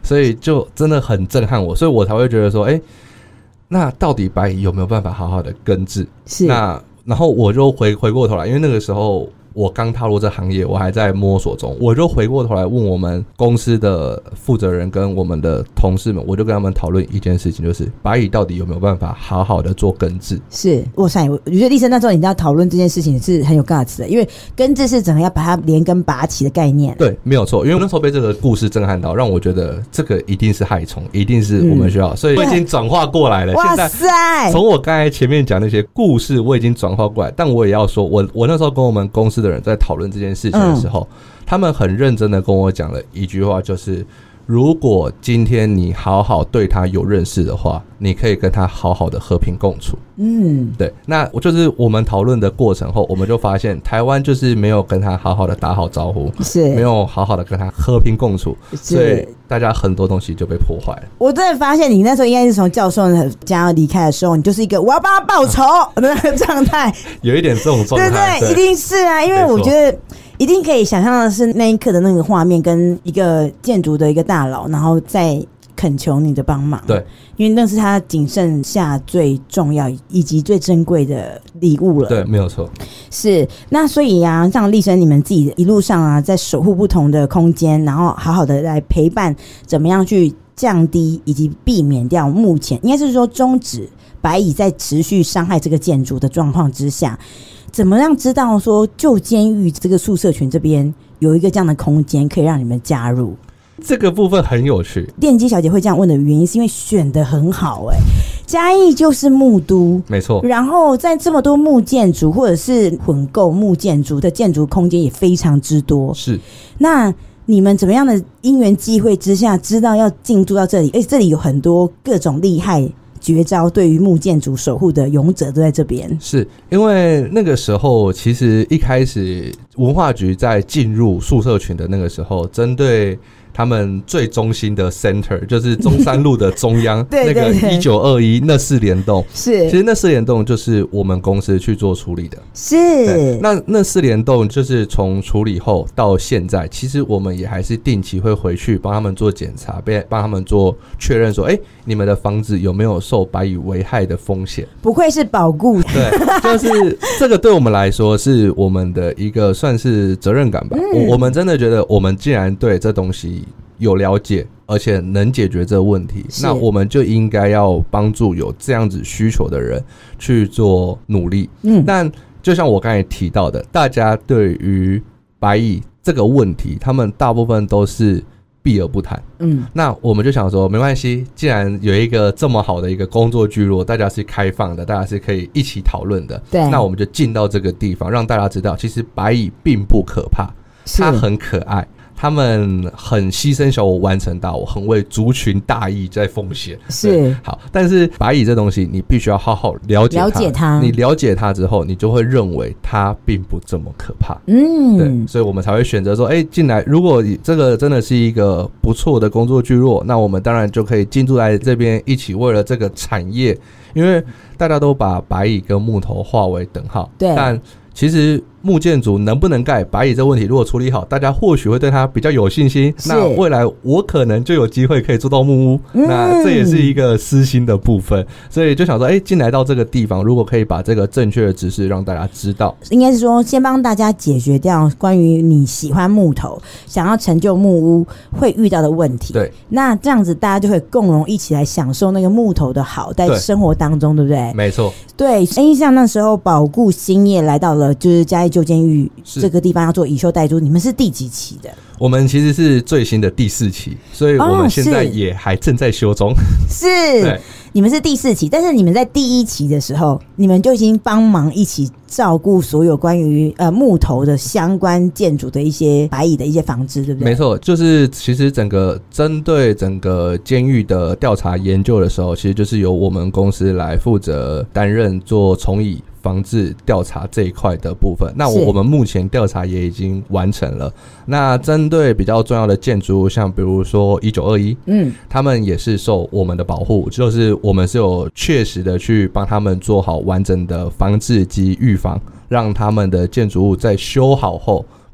所以就真的很震撼我，所以我才会觉得说，哎、欸，那到底白蚁有没有办法好好的根治？ 是那然后我就回回过头来，因为那个时候我刚踏入这行业，我还在摸索中，我就回过头来问我们公司的负责人跟我们的同事们，我就跟他们讨论一件事情，就是白蚁到底有没有办法好好的做根治。 是，哇塞，我觉得立生那时候你要讨论这件事情是很有 guts 的，因为根治是整个要把它连根拔起的概念。 对，没有错，因为我那时候被这个故事震撼到，让我觉得这个一定是害虫，一定是我们需要、嗯、所以我已经转化过来了。 哇塞， 从我刚才前面讲那些故事我已经转化过来，但我也要说，我我那时候跟我们公司的人在讨论这件事情的时候、嗯、他们很认真的跟我讲了一句话，就是如果今天你好好对他有认识的话，你可以跟他好好的和平共处。嗯，对。那我就是我们讨论的过程后，我们就发现台湾就是没有跟他好好的打好招呼，是没有好好的跟他和平共处，所以大家很多东西就被破坏了。 我真的发现你那时候应该是从教授将要离开的时候，你就是一个我要帮他报仇的那个状态， 有一点这种状态， 对对，一定是啊，因为我觉得。一定可以想象的是那一刻的那个画面，跟一个建筑的一个大佬，然后再恳求你的帮忙。对，因为那是他仅剩下最重要以及最珍贵的礼物了。 对，没有错。 是，那所以啊，像立生你们自己一路上啊，在守护不同的空间，然后好好的来陪伴，怎么样去降低以及避免掉目前应该是说终止白蚁在持续伤害这个建筑的状况之下。怎么样知道说旧监狱这个宿舍群这边有一个这样的空间可以让你们加入？ 这个部分很有趣。 电机小姐会这样问的原因是因为选得很好。哎、欸，嘉义就是木都， 没错。 然后在这么多木建筑或者是混构木建筑的建筑空间也非常之多。是，那你们怎么样的因缘际会之下知道要进驻到这里？而且这里有很多各种厉害绝招，对于木建筑守护的勇者都在这边。 是因为那个时候其实一开始文化局在进入宿舍群的那个时候，针对他们最中心的 center 就是中山路的中央那个一九二一那四联栋，是其实那四联栋就是我们公司去做处理的。是那那四联栋就是从处理后到现在，其实我们也还是定期会回去帮他们做检查，帮他们做确认说，哎、欸，你们的房子有没有受白蚁危害的风险？ 不愧是保固。 对，就是这个对我们来说是我们的一个算是责任感吧。嗯、我, 我们真的觉得，我们既然对这东西有了解，而且能解决这个问题，那我们就应该要帮助有这样子需求的人去做努力。嗯，但就像我刚才提到的，大家对于白蚁这个问题，他们大部分都是避而不谈。嗯，那我们就想说，没关系，既然有一个这么好的一个工作聚落，大家是开放的，大家是可以一起讨论的。对，那我们就进到这个地方，让大家知道，其实白蚁并不可怕，它很可爱。他们很牺牲小我完成大我，很为族群大义在奉献。是好，但是白蚁这东西，你必须要好好了解它。了解它，你了解它之后，你就会认为它并不这么可怕。嗯，对，所以我们才会选择说，哎、欸，进来。如果这个真的是一个不错的工作聚落，那我们当然就可以进驻来这边，一起为了这个产业，因为大家都把白蚁跟木头划为等号。对，但其实木建筑能不能盖，白蚁这问题如果处理好，大家或许会对它比较有信心。那未来我可能就有机会可以做到木屋、嗯，那这也是一个私心的部分。所以就想说，哎、欸，进来到这个地方，如果可以把这个正确的知识让大家知道， 应该是说先帮大家解决掉关于你喜欢木头、想要成就木屋会遇到的问题。对，那这样子大家就会共同一起来享受那个木头的好，在生活当中，对不对？ 没错。 对，哎，像那时候保固兴业来到了就是嘉义旧监狱这个地方要做以修代租，你们是第几期的？ 我们其实是最新的第四期，所以我们现在也还正在修中。哦、 是，你们是第四期，但是你们在第一期的时候，你们就已经帮忙一起照顾所有关于呃木头的相关建筑的一些白蚁的一些防治，对不对？ 没错，就是其实整个针对整个监狱的调查研究的时候，其实就是由我们公司来负责担任做从蚁防治调查这一块的部分。那我们目前调查也已经完成了。那针对比较重要的建筑物，像比如说一九二一，嗯，他们也是受我们的保护，就是我们是有确实的去帮他们做好完整的防治及预防，让他们的建筑物在修好后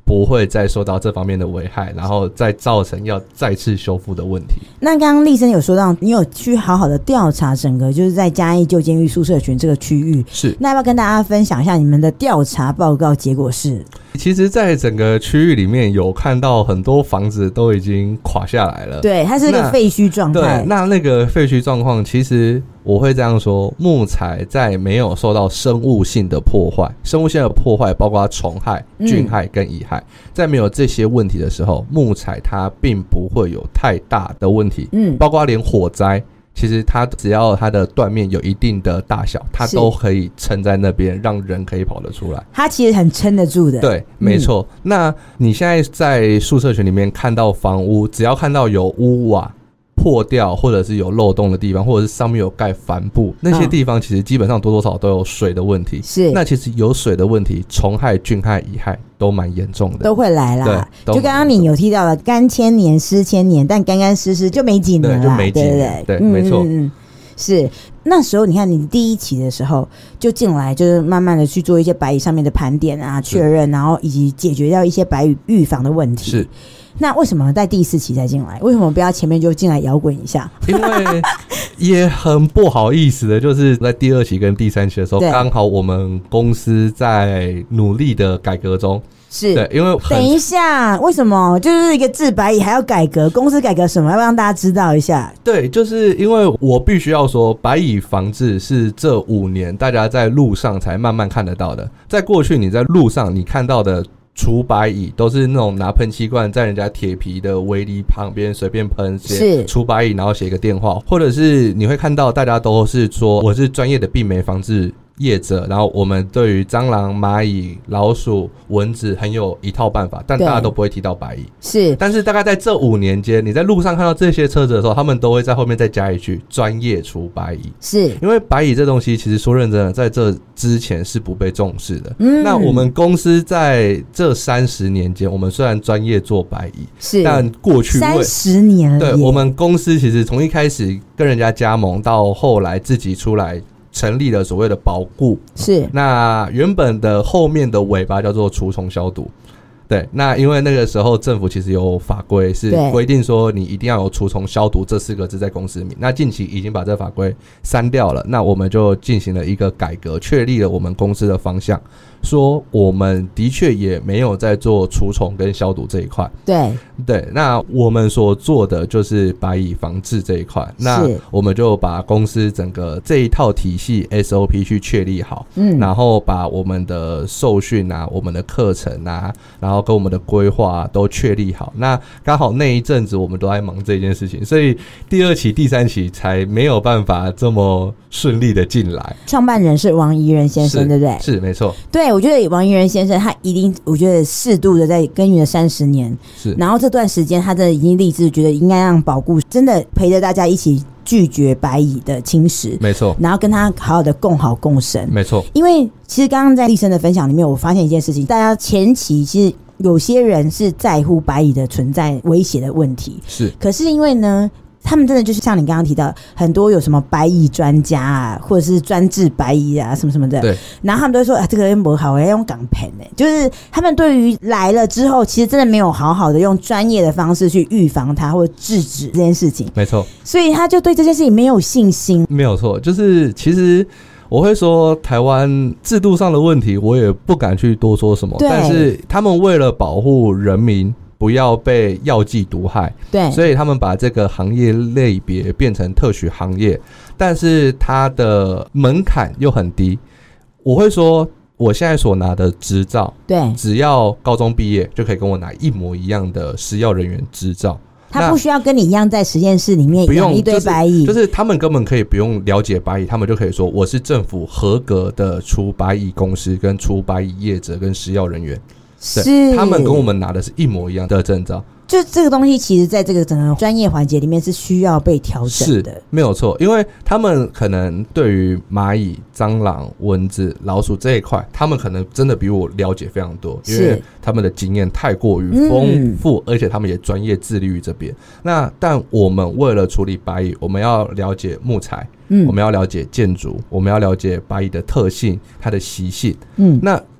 不会再受到这方面的危害，然后再造成要再次修复的问题。 那刚刚立生有说到，你有去好好的调查整个就是在嘉义旧监狱宿舍群这个区域， 是， 那要不要跟大家分享一下你们的调查报告结果是？ 其实在整个区域里面有看到很多房子都已经垮下来了， 对，它是一个废墟状态。 对，那那个废墟状况，其实我会这样说，木材在没有受到生物性的破坏，生物性的破坏包括虫害、菌害跟蚁害、嗯、在没有这些问题的时候，木材它并不会有太大的问题，嗯，包括连火灾，其实它只要它的断面有一定的大小，它都可以撑在那边，让人可以跑得出来。 它其实很撑得住的。 对，没错、嗯。那你现在在宿舍群里面看到房屋，只要看到有屋瓦破掉，或者是有漏洞的地方，或者是上面有盖帆布，那些地方其实基本上多多少少都有水的问题。是，那其实有水的问题，虫害、菌害、蚁害都蛮严重的， 都会来啦。就刚刚你有提到了干千年湿千年，但干干湿湿就没几年了， 对，就没几年，对，对对，没错。嗯， 是那时候你看你第一期的时候就进来，就是慢慢的去做一些白蚁上面的盘点啊、确认，然后以及解决掉一些白蚁预防的问题。是。那为什么在第四期再进来？为什么不要前面就进来摇滚一下？ 因为也很不好意思的，就是在第二期跟第三期的时候，刚好我们公司在努力的改革中。是，对，因为等一下，为什么就是一个治白蚁还要改革？公司改革什么？要不要让大家知道一下？ 对，就是因为我必须要说，白蚁防治是这五年大家在路上才慢慢看得到的。在过去，你在路上你看到的除白蚁都是那种拿喷漆罐在人家铁皮的围篱旁边随便喷，写除白蚁，然后写一个电话，或者是你会看到大家都是说我是专业的病媒防治业者，然后我们对于蟑螂、蚂蚁、老鼠、蚊子很有一套办法，但大家都不会提到白蚁。是，但是大概在这五年间，你在路上看到这些车子的时候，他们都会在后面再加一句专业除白蚁。是，因为白蚁这东西其实说认真的，在这之前是不被重视的。嗯，那我们公司在这三十年间，我们虽然专业做白蚁，是，但过去三十年了， 对，我们公司其实从一开始跟人家加盟，到后来自己出来成立了所谓的保固，是，那原本的后面的尾巴叫做除虫消毒。对，那因为那个时候政府其实有法规是规定说你一定要有除虫消毒这四个字在公司里面，那近期已经把这法规删掉了，那我们就进行了一个改革，确立了我们公司的方向，说我们的确也没有在做除虫跟消毒这一块。对对，那我们所做的就是白蚁防治这一块，那我们就把公司整个这一套体系 S O P 去确立好，嗯，然后把我们的受训啊、我们的课程啊，然后跟我们的规划、啊、都确立好。那刚好那一阵子我们都在忙这件事情，所以第二期、第三期才没有办法这么顺利的进来。 创办人是王宜仁先生，对不对？ 是，没错。 对，我觉得王宜仁先生他一定，我觉得适度的在耕耘了三十年，是。然后这段时间他真的已经立志，觉得应该让保固真的陪着大家一起拒绝白蚁的侵蚀，没错。然后跟他好好的共好共生，没错。因为其实刚刚在立生的分享里面，我发现一件事情，大家前期其实有些人是在乎白蚁的存在威胁的问题，是。可是因为呢，他们真的就是像你刚刚提到，很多有什么白蚁专家啊，或者是专治白蚁啊，什么什么的。对。然后他们都会说啊，这个人不好，我要用港片呢。就是他们对于来了之后，其实真的没有好好的用专业的方式去预防它或制止这件事情。没错。所以他就对这件事情没有信心。 没有错，就是其实我会说台湾制度上的问题，我也不敢去多说什么。但是他们为了保护人民不要被药剂毒害，对，所以他们把这个行业类别变成特许行业，但是它的门槛又很低。我会说，我现在所拿的执照，对，只要高中毕业就可以跟我拿一模一样的食药人员执照。 他不需要跟你一样在实验室里面养一堆白蚁， 就是，就是他们根本可以不用了解白蚁，他们就可以说我是政府合格的除白蚁公司、跟除白蚁业者跟食药人员。是，他们跟我们拿的是一模一样的证照。 就这个东西，其实在这个整个专业环节里面是需要被调整的， 是没有错。因为他们可能对于蚂蚁、蟑螂、蚊子、老鼠这一块，他们可能真的比我了解非常多，因为他们的经验太过于丰富，嗯，而且他们也专业致力于这边。那但我们为了处理白蚁，我们要了解木材，嗯，我们要了解建筑，我们要了解白蚁的特性、它的习性，嗯，那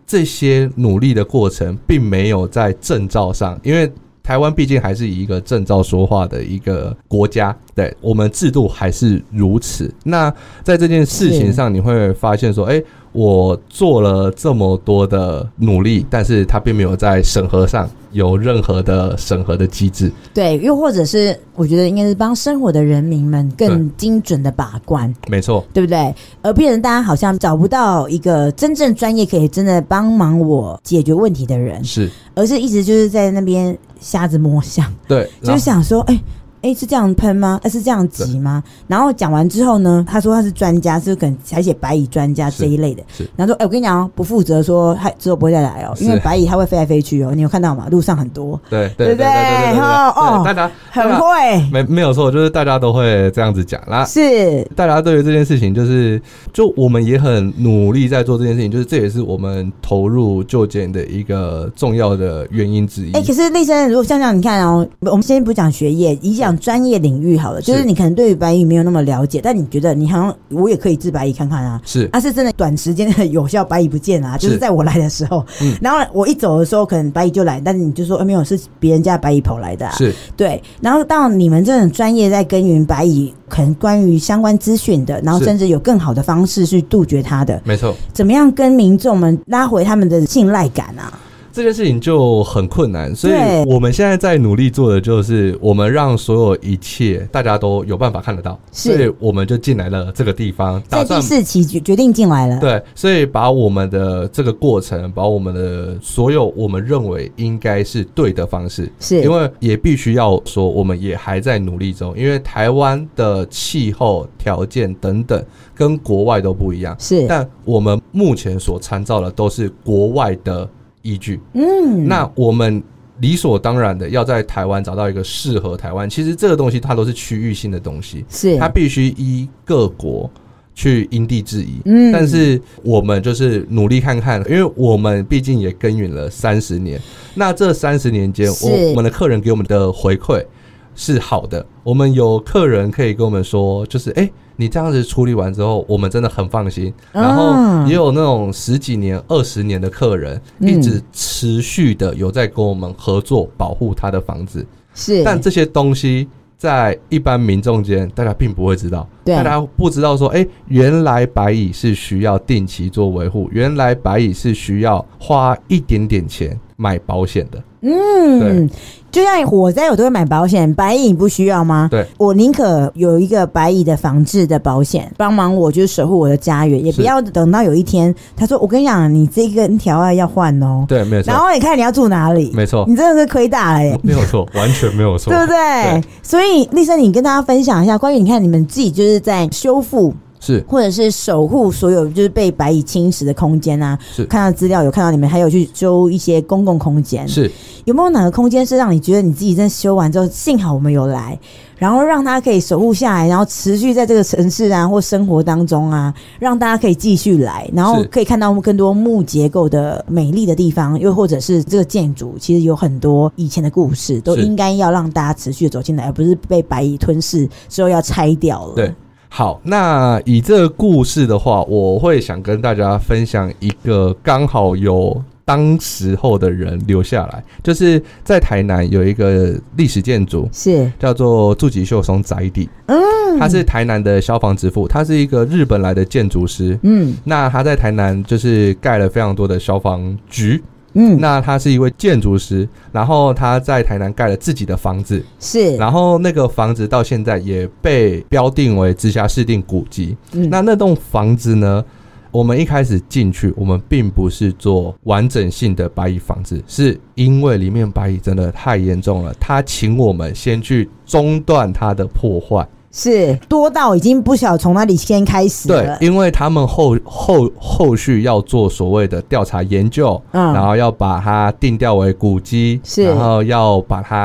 这些努力的过程并没有在证照上，因为台湾毕竟还是以一个证照说话的一个国家，对，我们制度还是如此。那在这件事情上，你会发现说，哎、欸，我做了这么多的努力，但是它并没有在审核上有任何的审核的机制。 对，又或者是我觉得应该是帮生活的人民们更精准的把关， 没错， 对不对？而变成大家好像找不到一个真正专业可以真的帮忙我解决问题的人， 是， 而是一直就是在那边瞎子摸象， 对， 就是想说，哎、欸。哎，是这样喷吗？是这样挤吗？然后讲完之后呢，他说他是专家，是可能还写白蚁专家这一类的。然后说，哎，我跟你讲哦，不负责说他之后不会再来哦，因为白蚁它会飞来飞去哦，你有看到吗？路上很多， 对对对对对对对，哦，大家很会， 没没有错，就是大家都会这样子讲啦。 是， 大家对于这件事情，就是就我们也很努力在做这件事情，就是这也是我们投入就检的一个重要的原因之一。 哎，可是立生，如果像这样，你看哦，我们先不讲学业，以讲专业领域好了，就是你可能对于白蚁没有那么了解，但你觉得你好像我也可以治白蚁看看啊， 是， 啊是真的短时间的有效，白蚁不见啊，就是在我来的时候，嗯，然后我一走的时候可能白蚁就来，但是你就说、欸、没有，是别人家白蚁跑来的啊， 是， 对，然后到你们这种专业在耕耘白蚁，可能关于相关资讯的，然后甚至有更好的方式去杜绝它的， 没错， 怎么样跟民众们拉回他们的信赖感啊？ 这件事情就很困难，所以我们现在在努力做的就是我们让所有一切大家都有办法看得到，所以我们就进来了这个地方， 在第四期决定进来了， 对，所以把我们的这个过程，把我们的所有我们认为应该是对的方式，是因为也必须要说我们也还在努力中，因为台湾的气候条件等等跟国外都不一样，是，但我们目前所参照的都是国外的依据，嗯，那我们理所当然的要在台湾找到一个适合台湾，其实这个东西它都是区域性的东西，是它必须依各国去因地制宜，嗯，但是我们就是努力看看，因为我们毕竟也耕耘了三十年，那这三十年间，我们的客人给我们的回馈是好的，我们有客人可以跟我们说，就是哎。欸你这样子处理完之后，我们真的很放心。然后也有那种十几年、二十年的客人，一直持续的有在跟我们合作，保护他的房子。是，但这些东西在一般民众间，大家并不会知道。大家不知道说，哎、欸，原来白蚁是需要定期做维护，原来白蚁是需要花一点点钱买保险的。嗯，对。 就像火灾我都会买保险，白蚁不需要吗？对，我宁可有一个白蚁的防治的保险，帮忙我就是守护我的家园，也不要等到有一天他说我跟你讲，你这根条啊要换哦， 对，没错。 然后你看你要住哪里， 没错， 你真的是亏大了耶， 没有错，完全没有错， 对不对？对，所以立生，你跟大家分享一下关于你看你们自己就是在修复。是，或者是守护所有就是被白蚁侵蚀的空间啊。是，看到资料有看到你们还有去修一些公共空间。是，有没有哪个空间是让你觉得你自己真的修完之后，幸好我们有来，然后让它可以守护下来，然后持续在这个城市啊或生活当中啊，让大家可以继续来，然后可以看到更多木结构的美丽的地方，又或者是这个建筑其实有很多以前的故事，都应该要让大家持续走进来，而不是被白蚁吞噬之后要拆掉了。 对。好，那以这个故事的话，我会想跟大家分享一个刚好有当时候的人留下来，就是在台南有一个历史建筑，是叫做筑吉秀松宅邸。嗯，他是台南的消防之父，他是一个日本来的建筑师。嗯，那他在台南就是盖了非常多的消防局。嗯，那他是一位建筑师，然后他在台南盖了自己的房子，是，然后那个房子到现在也被标定为直辖市定古迹。嗯，那那栋房子呢，我们一开始进去，我们并不是做完整性的白蚁防治，是因为里面白蚁真的太严重了，他请我们先去中断它的破坏。 是多到已经不晓从哪里先开始了， 对，因为他们后后后续要做所谓的调查研究，嗯，然后要把它定调为古迹，是，然后要把它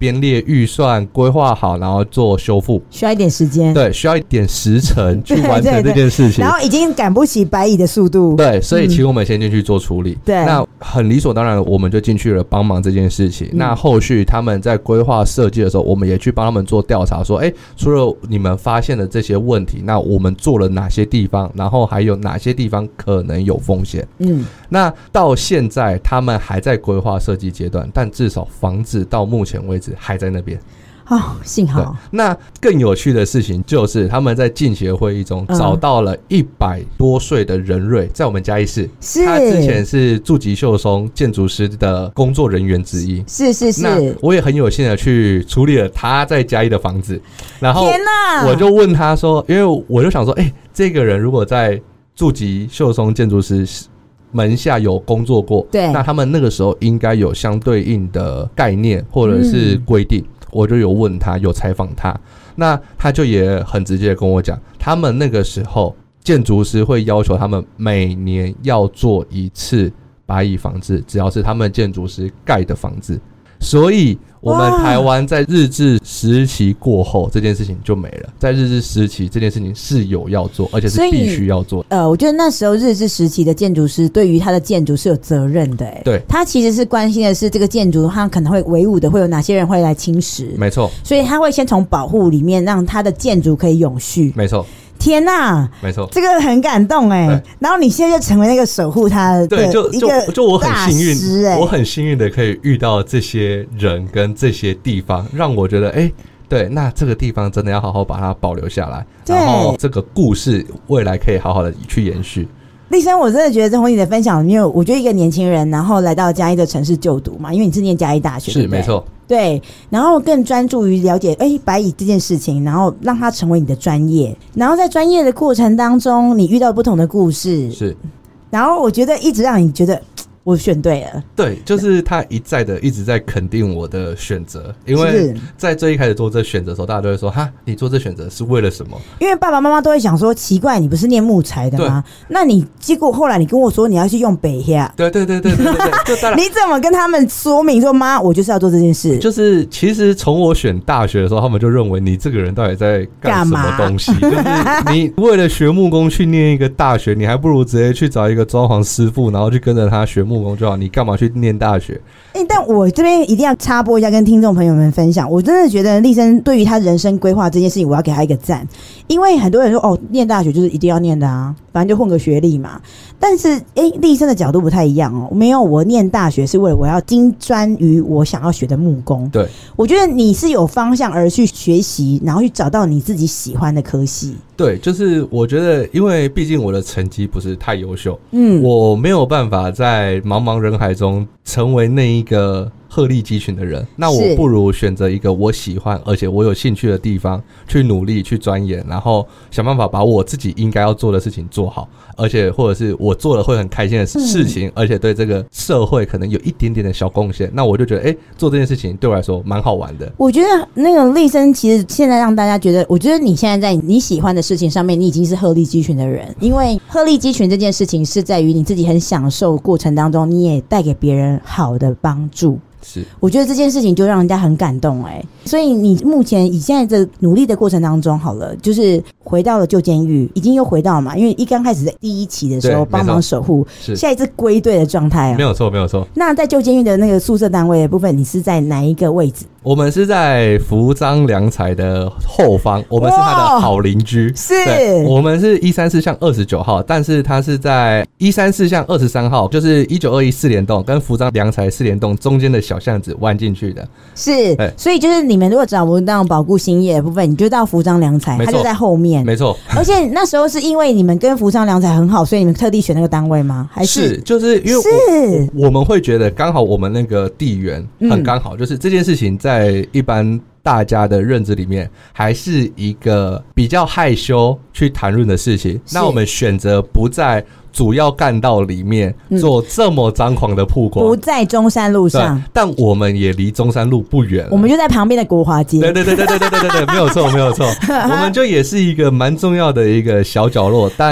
编列预算规划好，然后做修复， 需要一点时间， 对，需要一点时程去完成这件事情， 然后已经赶不起白蚁的速度， 对，所以请我们先进去做处理、嗯、对，那很理所当然我们就进去了帮忙这件事情、嗯、那后续他们在规划设计的时候，我们也去帮他们做调查，说哎，除了你们发现的这些问题，那我们做了哪些地方，然后还有哪些地方可能有风险，嗯，那到现在他们还在规划设计阶段，但至少房子到目前为止还在那边哦，幸好。 那更有趣的事情就是他们在近期的会议中找到了一百多岁的任瑞，在我们嘉义市，是他之前是筑吉秀松建筑师的工作人员之一， 是是是。 那我也很有幸的去处理了他在嘉义的房子，然后天哪， 我就问他说，因为我就想说，哎、欸，这个人如果在筑吉秀松建筑师门下有工作过，对，那他们那个时候应该有相对应的概念或者是规定、嗯，我就有问他，有采访他，那他就也很直接的跟我讲，他们那个时候建筑师会要求他们每年要做一次白蚁防治，只要是他们建筑师盖的房子，所以我们台湾在日治时期过后这件事情就没了，在日治时期这件事情是有要做，而且是必须要做。 呃，我觉得那时候日治时期的建筑师对于他的建筑是有责任的、欸，对，他其实是关心的是这个建筑他可能会维护的会有哪些人会来侵蚀， 没错， 所以他会先从保护里面让他的建筑可以永续， 没错。 天哪， 没错， 这个很感动哎、欸。然后你现在就成为那个守护他的对，就一个大师、欸、 就就我很幸运，我很幸运的可以遇到这些人跟这些地方，让我觉得哎、欸，对，那这个地方真的要好好把它保留下来，然后这个故事未来可以好好的去延续。 立生，我真的觉得从你的分享，因为我觉得一个年轻人，然后来到嘉义的城市就读嘛，因为你是念嘉义大学， 是没错， 对，然后更专注于了解哎、欸、白蚁这件事情，然后让它成为你的专业，然后在专业的过程当中，你遇到不同的故事，是，然后我觉得一直让你觉得我选对了， 对，就是他一再的一直在肯定我的选择，因为在最一开始做这选择的时候，大家都会说哈，你做这选择是为了什么？ 因为爸爸妈妈都会想说，奇怪，你不是念木材的吗？那你结果后来你跟我说你要去用北下， 对对对对对对对，就当然你怎么跟他们说明说妈，我就是要做这件事？ 就是其实从我选大学的时候，他们就认为你这个人到底在干什么东西？就是你为了学木工去念一个大学，你还不如直接去找一个装潢师傅，然后去跟着他学木工就好，你干嘛去念大学？ 欸、但我这边一定要插播一下，跟听众朋友们分享，我真的觉得立生对于他人生规划这件事情，我要给他一个赞，因为很多人说哦，念大学就是一定要念的啊，反正就混个学历嘛。但是哎，立生的角度不太一样哦，没有，我念大学是为了我要精专于我想要学的木工。对，我觉得你是有方向而去学习，然后去找到你自己喜欢的科系。 对，就是我觉得，因为毕竟我的成绩不是太优秀，嗯，我没有办法在茫茫人海中成为那一个鹤立鸡群的人，那我不如选择一个我喜欢而且我有兴趣的地方去努力去钻研，然后想办法把我自己应该要做的事情做好，而且或者是我做了会很开心的事情、嗯、而且对这个社会可能有一点点的小贡献，那我就觉得哎、欸，做这件事情对我来说蛮好玩的。 我觉得那个立生其实现在让大家觉得，我觉得你现在在你喜欢的事情上面你已经是鹤立鸡群的人，因为鹤立鸡群这件事情是在于你自己很享受过程当中，你也带给别人好的帮助，是，我觉得这件事情就让人家很感动哎、欸，所以你目前以现在的努力的过程当中，好了，就是回到了旧监狱，已经又回到嘛，因为一刚开始在第一期的时候帮忙守护，下一次归队的状态啊， 没有错没有错。那在旧监狱的那个宿舍单位的部分，你是在哪一个位置？ 我们是在福章良才的后方，我们是他的好邻居。是，我们是一三四巷二十九号，但是他是在一三四巷二十三号，就是一九二一四联栋跟福章良才四联栋中间的小巷子弯进去的。 是，所以就是你们如果找不到保固兴业的部分，你就到福章良才，他就在后面。没错。而且那时候是因为你们跟福章良才很好，所以你们特地选那个单位吗？还是？ 是，就是因为 我, 我们会觉得刚好我们那个地缘很刚好、嗯，就是这件事情在在一般大家的认知里面还是一个比较害羞去谈论的事情，那我们选择不在主要干道里面做这么张狂的曝光、嗯、不在中山路上， 但我们也离中山路不远， 我们就在旁边的国华街。 对对对对对对对对对，没有错没有错，我们就也是一个蛮重要的一个小角落，但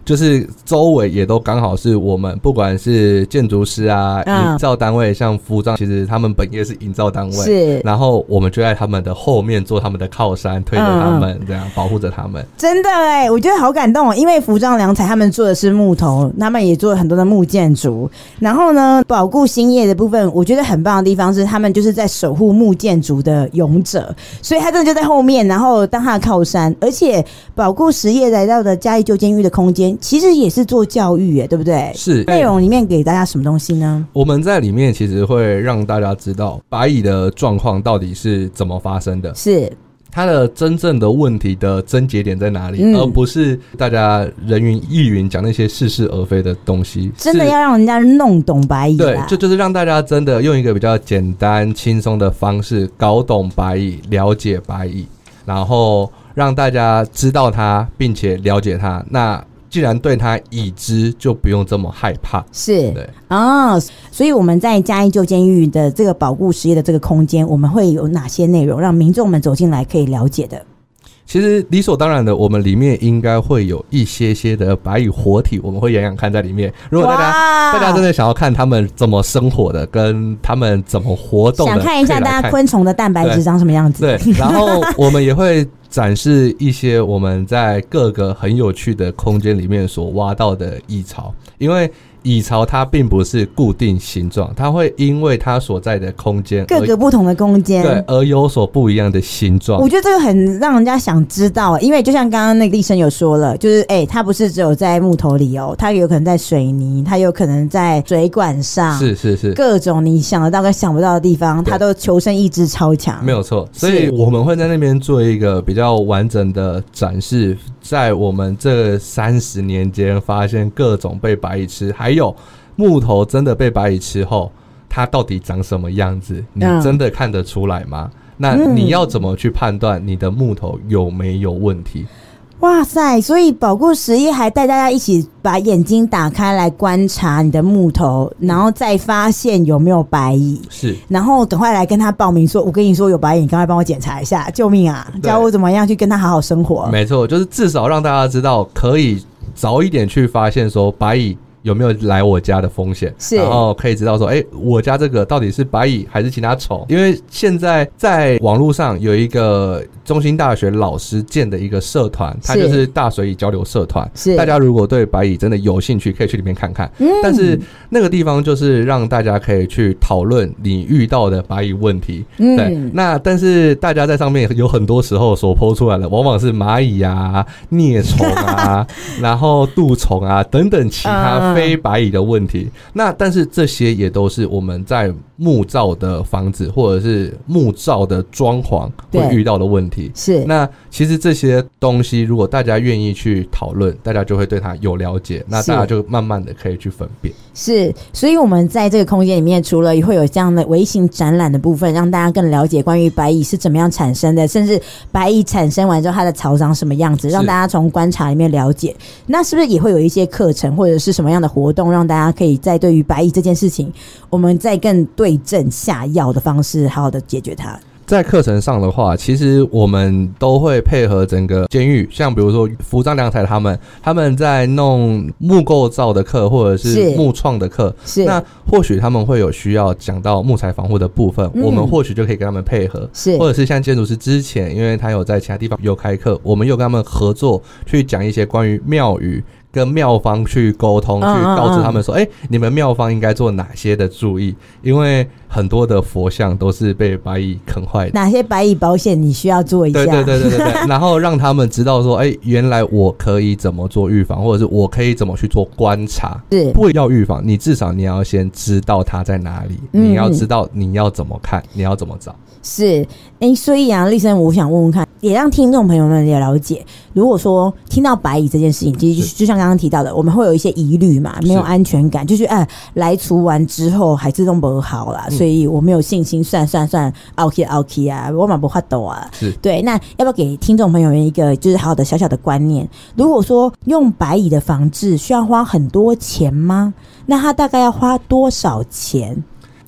就是周围也都刚好是我们不管是建筑师啊、营造单位，像服装，其实他们本业是营造单位， 是， 然后我们就在他们的后面做他们的靠山，推着他们，这样保护着他们。 真的哎、欸，我觉得好感动哦，因为服装良材他们做的是木头，他们也做了很多的木建筑，然后呢，保固兴业的部分，我觉得很棒的地方是他们就是在守护木建筑的勇者，所以他真的就在后面，然后当他的靠山，而且保固实业来到的嘉义旧监狱的空间，其实也是做教育耶，对不对？ 是。 内容里面给大家什么东西呢？ 我们在里面其实会让大家知道白蚁的状况到底是怎么发生的， 是它的真正的问题的症结点在哪里、嗯、而不是大家人云亦云讲那些似是而非的东西， 真的要让人家弄懂白蚁。 对，就就是让大家真的用一个比较简单轻松的方式搞懂白蚁，了解白蚁，然后让大家知道它并且了解它，那既然对它已知，就不用这么害怕。 是， 对啊、哦，所以我们在嘉义旧监狱的这个保固实业的这个空间，我们会有哪些内容让民众们走进来可以了解的？ 其实理所当然的，我们里面应该会有一些些的白蚁活体，我们会养养看在里面。如果大家大家真的想要看他们怎么生活的，跟他们怎么活动的， 想看一下大家昆虫的蛋白质长什么样子。 对，对然后我们也会展示一些我们在各个很有趣的空间里面所挖到的蚁巢，因为蚁巢它并不是固定形状，它会因为它所在的空间各个不同的空间对而有所不一样的形状。 我觉得这个很让人家想知道，因为就像刚刚那个立生有说了，就是哎、欸，它不是只有在木头里哦，它有可能在水泥，它有可能在水管上， 是是是， 各种你想得到跟想不到的地方，它都求生意志超强。 没有错，所以我们会在那边做一个比较完整的展示，在我们这三十年间发现各种被白蚁吃，还有木头真的被白蚁吃后它到底长什么样子，你真的看得出来吗、嗯、那你要怎么去判断你的木头有没有问题？ 哇塞，所以保固实业还带大家一起把眼睛打开来观察你的木头，然后再发现有没有白蚁， 是， 然后赶快来跟他报名说，我跟你说有白蚁，你赶快帮我检查一下，救命啊，教我怎么样去跟他好好生活。 没错，就是至少让大家知道可以早一点去发现说白蚁有没有来我家的风险， 是， 然后可以知道说，哎、欸，我家这个到底是白蚁还是其他虫？因为现在在网络上有一个中兴大学老师建的一个社团，它就是大水蚁交流社团，是，大家如果对白蚁真的有兴趣，可以去里面看看。嗯，但是那个地方就是让大家可以去讨论你遇到的白蚁问题。嗯，对。那但是大家在上面有很多时候所 po 出来的，往往是蚂蚁啊、啮虫啊，然后蠹虫啊等等其他非白蚁的问题。那但是这些也都是我们在木造的房子或者是木造的装潢会遇到的问题。 是， 那其实这些东西如果大家愿意去讨论，大家就会对它有了解，那大家就慢慢的可以去分辨。 是，所以我们在这个空间里面，除了会有这样的微型展览的部分，让大家更了解关于白蚁是怎么样产生的，甚至白蚁产生完之后它的巢长什么样子，让大家从观察里面了解。那是不是也会有一些课程或者是什么样的活动，让大家可以在对于白蚁这件事情，我们再更对症下药的方式好好的解决它？ 在课程上的话，其实我们都会配合整个监狱，像比如说服装良材他们他们在弄木构造的课或者是木创的课，那或许他们会有需要讲到木材防护的部分、嗯、我们或许就可以跟他们配合，是，或者是像建筑师之前因为他有在其他地方有开课，我们有跟他们合作去讲一些关于庙宇跟庙方去沟通，去告诉他们说，哎、欸，你们庙方应该做哪些的注意，因为很多的佛像都是被白蚁啃坏的。 哪些白蚁保险你需要做一下？ 对对对对对对。然后让他们知道说，哎、欸，原来我可以怎么做预防，或者是我可以怎么去做观察。是，不要预防，你至少你要先知道它在哪里，嗯、你要知道你要怎么看，你要怎么找。 是，哎、欸，所以啊，立生，我想问问看，也让听众朋友们也了解，如果说听到白蚁这件事情，其实就像刚刚提到的，我们会有一些疑虑嘛，没有安全感，就是哎，来除完之后还是都不好啦、嗯，所以我没有信心，算算算 ，OK OK 啊，我嘛不发抖啊。对，那要不要给听众朋友们一个就是好的小小的观念？如果说用白蚁的防治需要花很多钱吗？那它大概要花多少钱？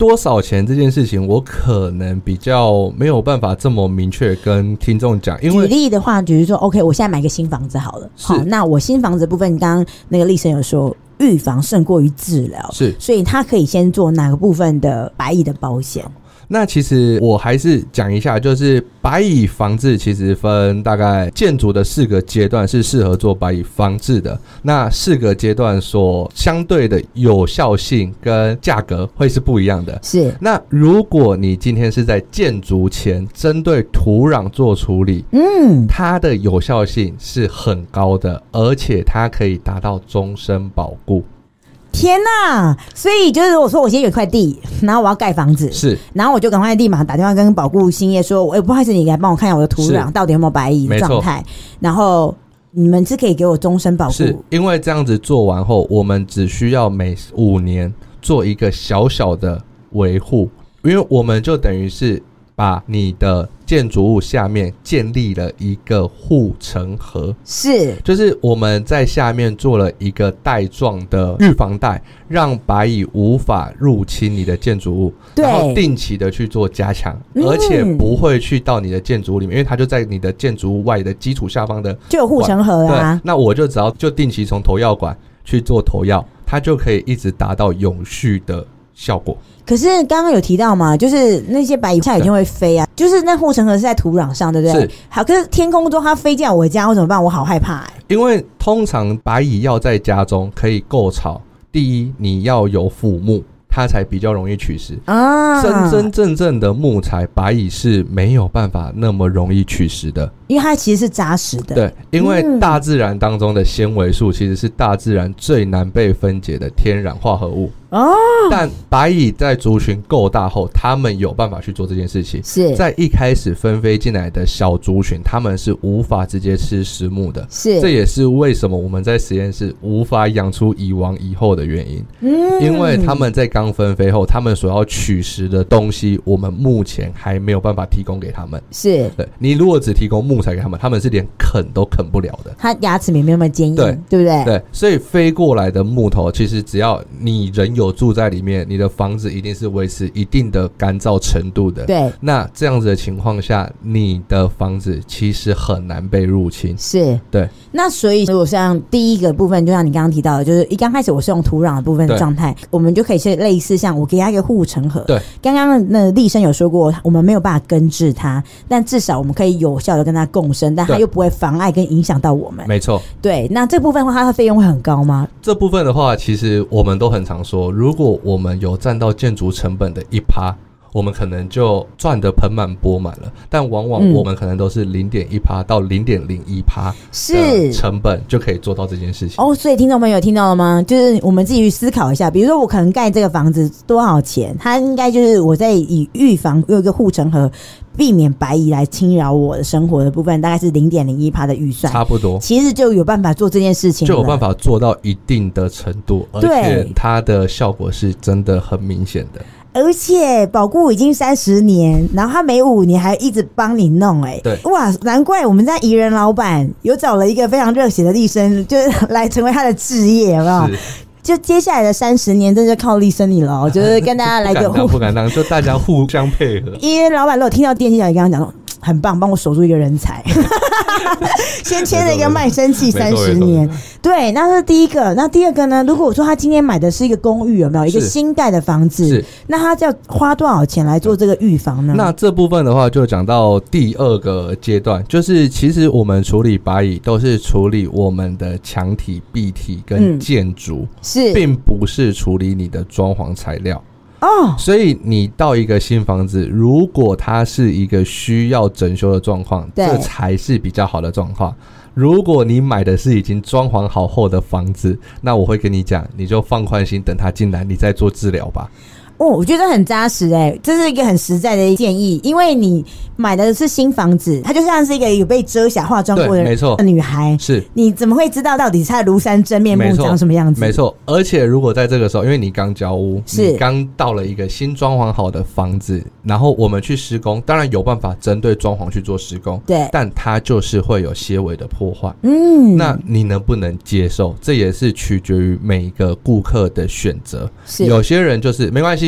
多少钱这件事情，我可能比较没有办法这么明确跟听众讲。因为举例的话，比如说 OK， 我现在买个新房子好了，好，那我新房子的部分，刚刚那个立生有说预防胜过于治疗， 是， 所以他可以先做哪个部分的百亿的保险？ 那其实我还是讲一下，就是白蚁防治其实分大概建筑的四个阶段是适合做白蚁防治的，那四个阶段所相对的有效性跟价格会是不一样的。 是， 那如果你今天是在建筑前针对土壤做处理， 嗯， 它的有效性是很高的，而且它可以达到终身保固。 天哪！所以就是我说我现在有一块地，然后我要盖房子， 是， 然后我就赶快立马打电话跟保固兴业说，哎、欸，不好意思，你来帮我看一下我的土壤到底有没有白蚁的状态，然后你们是可以给我终身保固。 是，因为这样子做完后，我们只需要每五年做一个小小的维护，因为我们就等于是把你的建筑物下面建立了一个护城河， 是， 就是我们在下面做了一个带状的预防带，让白蚁无法入侵你的建筑物，然后定期的去做加强、嗯、而且不会去到你的建筑物里面，因为它就在你的建筑物外的基础下方的就有护城河啊。 对，那我就只要就定期从投药管去做投药，它就可以一直达到永续的效果。 可是刚刚有提到嘛，就是那些白蚁下雨天会飞啊，就是那护城河是在土壤上，对不对？是。好，可是天空中它飞进来我家，我怎么办？我好害怕哎、欸。 因为通常白蚁要在家中可以构巢，第一你要有腐木，它才比较容易取食啊。真真正正的木材，白蚁是没有办法那么容易取食的。 因为它其实是扎实的， 对，因为大自然当中的纤维素其实是大自然最难被分解的天然化合物哦。但白蚁在族群够大后，他们有办法去做这件事情。是在一开始分飞进来的小族群，他们是无法直接吃食木的，是，这也是为什么我们在实验室无法养出蚁王蚁后的原因。嗯，因为他们在刚分飞后，他们所要取食的东西，我们目前还没有办法提供给他们。是，对，你如果只提供木材给他们，他们是连啃都啃不了的， 他牙齿也没有那么坚硬， 对， 对不对？ 对，所以飞过来的木头，其实只要你人有住在里面，你的房子一定是维持一定的干燥程度的。对，那这样子的情况下，你的房子其实很难被入侵。是，对。 那所以如果像第一个部分，就像你刚刚提到的，就是一刚开始我是用土壤的部分的状态，我们就可以是类似像我给他一个护城河。对，刚刚那立生有说过，我们没有办法根治它，但至少我们可以有效的跟它共生，但它又不会妨碍跟影响到我们。 没错， 对。那这部分的话，它的费用会很高吗？ 这部分的话，其实我们都很常说，如果我们有占到建筑成本的一趴，我们可能就赚得盆满钵满了，但往往我们可能都是 零点一趴 到 零点零一趴 的成本就可以做到这件事情。 哦，所以听众朋友有听到了吗？就是我们自己去思考一下，比如说我可能盖这个房子多少钱，它应该就是我在以预防有一个护城河，避免白蚁来侵扰我的生活的部分，大概是 零点零一趴 的预算， 差不多， 其实就有办法做这件事情了， 就有办法做到一定的程度，而且它的效果是真的很明显的。 而且保固已经三十年，然后他每五年还一直帮你弄、欸，哎，对，哇，难怪我们在宜人老板有找了一个非常热血的立生，就是来成为他的志业，有没有？就接下来的三十年，真的靠立生你了，就是跟大家来个互不敢当，就大家互相配合。 因为老板如果听到电器小姐刚刚讲说很棒，帮我守住一个人才，先签了一个卖身契三十年，对，那是第一个。那第二个呢？如果我说他今天买的是一个公寓，有没有一个新盖的房子？那他要花多少钱来做这个预防呢？ 那这部分的话，就讲到第二个阶段，就是其实我们处理白蚁都是处理我们的墙体、壁体跟建筑。嗯，是，并不是处理你的装潢材料哦。所以你到一个新房子，如果它是一个需要整修的状况，这才是比较好的状况。如果你买的是已经装潢好后的房子，那我会跟你讲，你就放宽心，等它进来，你再做治疗吧。 哦，我觉得很扎实哎、欸，这是一个很实在的建议，因为你买的是新房子，它就像是一个有被遮瑕化妆过的没错女孩，是，你怎么会知道到底她的庐山真面目长什么样子？ 没错，而且如果在这个时候，因为你刚交屋，你刚到了一个新装潢好的房子，然后我们去施工，当然有办法针对装潢去做施工，对，但它就是会有些微的破坏，嗯，那你能不能接受？这也是取决于每一个顾客的选择。是，有些人就是没关系。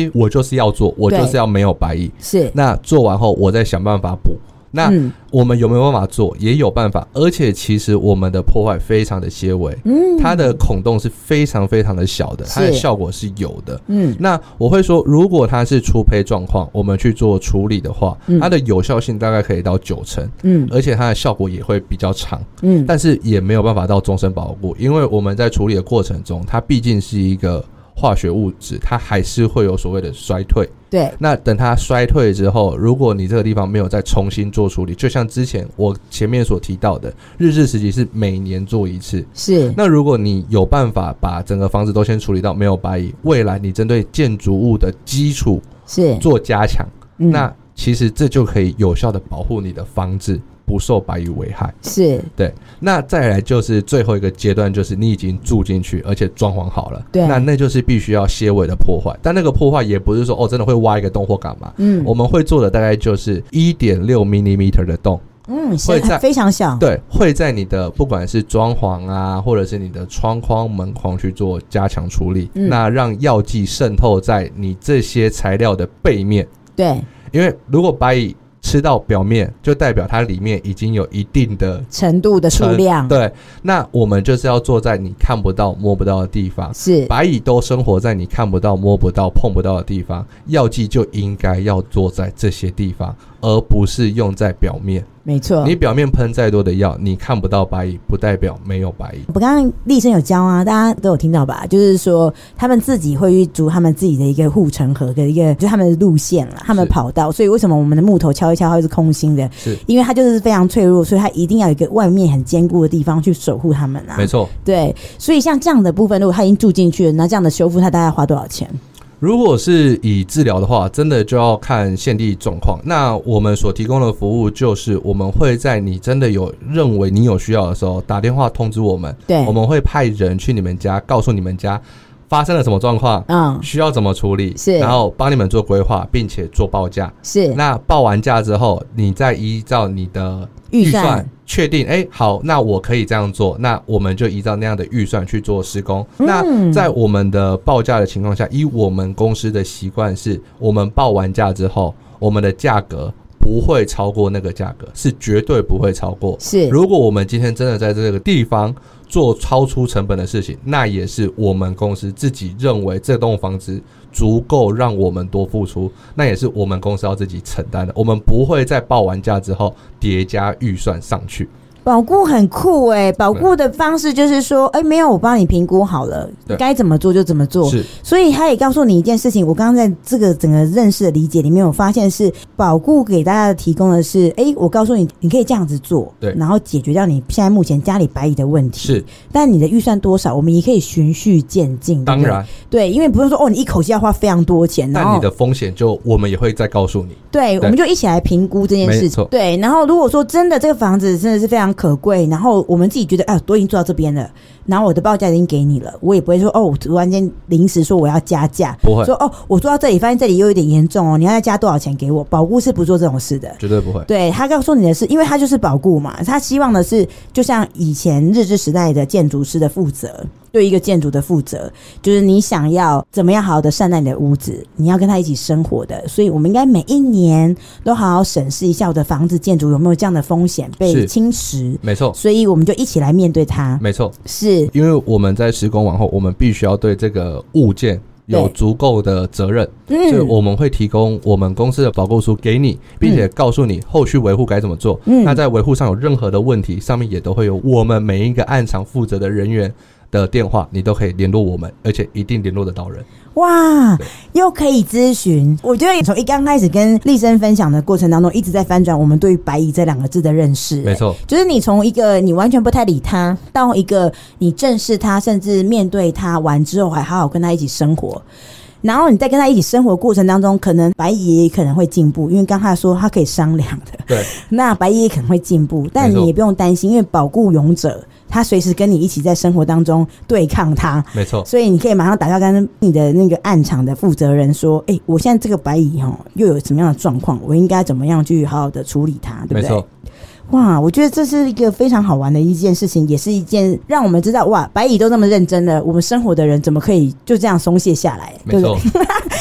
西我就是要做，我就是要没有白蚁， 是那做完后我再想办法补。那我们有没有办法做？也有办法，而且其实我们的破坏非常的些微，嗯，它的孔洞是非常非常的小的，它的效果是有的，嗯。那我会说，如果它是初胚状况，我们去做处理的话，嗯，它的有效性大概可以到九成，嗯，而且它的效果也会比较长，嗯，但是也没有办法到终身保护，因为我们在处理的过程中，它毕竟是一个化学物质，它还是会有所谓的衰退。 对， 那等它衰退之后，如果你这个地方没有再重新做处理，就像之前我前面所提到的，日治时期是每年做一次。 是， 那如果你有办法把整个房子都先处理到没有白蚁，未来你针对建筑物的基础是做加强，嗯，那其实这就可以有效的保护你的房子不受白蚁危害。 是， 对。那再来就是最后一个阶段，就是你已经住进去而且装潢好了，对，那那就是必须要些微的破坏，但那个破坏也不是说哦真的会挖一个洞或干嘛，嗯，我们会做的大概就是 一点六 毫米的洞， 嗯，会在非常小， 对，会在你的不管是装潢啊，或者是你的窗框门框去做加强处理，嗯，那让药剂渗透在你这些材料的背面， 对， 因为如果白蚁吃到表面，就代表它里面已经有一定的程度的数量。 对，那我们就是要做在你看不到、摸不到的地方。是，白蚁都生活在你看不到、摸不到、碰不到的地方，药剂就应该要做在这些地方，而不是用在表面。 没错， 你表面喷再多的药，你看不到白蚁，不代表没有白蚁。 我刚刚立生有教啊，大家都有听到吧？就是说他们自己会去筑他们自己的一个护城河的一个，就是他们的路线啦，他们的跑道。所以为什么我们的木头敲一敲它会是空心的？是因为它就是非常脆弱，所以它一定要有一个外面很坚固的地方去守护他们啊。 没错， 对。所以像这样的部分，如果它已经住进去了，那这样的修复它大概花多少钱？ 如果是以治疗的话，真的就要看现地状况。那我们所提供的服务就是，我们会在你真的有认为你有需要的时候，打电话通知我们，对，我们会派人去你们家，告诉你们家发生了什么状况，嗯，需要怎么处理，是，然后帮你们做规划，并且做报价，是。那报完价之后，你再依照你的预算确定，哎，好，那我可以这样做，那我们就依照那样的预算去做施工。嗯，那在我们的报价的情况下，以我们公司的习惯是，我们报完价之后，我们的价格不会超过那个价格，是绝对不会超过。是，如果我们今天真的在这个地方做超出成本的事情，那也是我们公司自己认为这栋房子足够让我们多付出，那也是我们公司要自己承担的。我们不会在报完价之后叠加预算上去。 保固很酷哎、欸，保固的方式就是说，哎、欸，没有，我帮你评估好了，该怎么做就怎么做。是，所以他也告诉你一件事情，我刚刚在这个整个认识的理解里面，我发现是保固给大家提供的是，哎、欸，我告诉你，你可以这样子做，对，然后解决掉你现在目前家里白蚁的问题。是，但你的预算多少，我们也可以循序渐进。 当然， 对，因为不用说哦，你一口气要花非常多钱， 但你的风险就我们也会再告诉你。 对，我们就一起来评估这件事情。对，然后如果说真的这个房子真的是非常可贵，然后我们自己觉得哎，都已经做到这边了，然后我的报价已经给你了，我也不会说哦，我突然间临时说我要加价，不会说哦，我做到这里发现这里又有点严重哦，你要再加多少钱给我？保固是不做这种事的， 绝对不会。 对，他告诉你的是，因为他就是保固嘛，他希望的是就像以前日治时代的建筑师的负责。对一个建筑的负责，就是你想要怎么样好好的善待你的屋子，你要跟他一起生活的，所以我们应该每一年都好好审视一下我的房子建筑有没有这样的风险被侵蚀。没错，所以我们就一起来面对它。没错，是因为我们在施工完后，我们必须要对这个物件有足够的责任，所以我们会提供我们公司的保固书给你，并且告诉你后续维护该怎么做。嗯，那在维护上有任何的问题，上面也都会有我们每一个案场负责的人员的电话，你都可以联络我们，而且一定联络得到人。 哇，又可以咨询。我觉得从一刚开始跟立生分享的过程当中，一直在翻转我们对于白蚁这两个字的认识。没错，就是你从一个你完全不太理他，到一个你正视他，甚至面对他完之后，还好好跟他一起生活。然后你在跟他一起生活的过程当中，可能白蚁也可能会进步，因为刚才说他可以商量的。对，那白蚁也可能会进步，但你也不用担心，因为保固勇者他随时跟你一起在生活当中对抗他。没错，所以你可以马上打电话跟你的那个案场的负责人说：“哎、欸，我现在这个白蚁哦，又有什么样的状况？我应该怎么样去好好的处理它？对不对？”没错。哇，我觉得这是一个非常好玩的一件事情，也是一件让我们知道哇，白蚁都那么认真了，我们生活的人怎么可以就这样松懈下来？没错。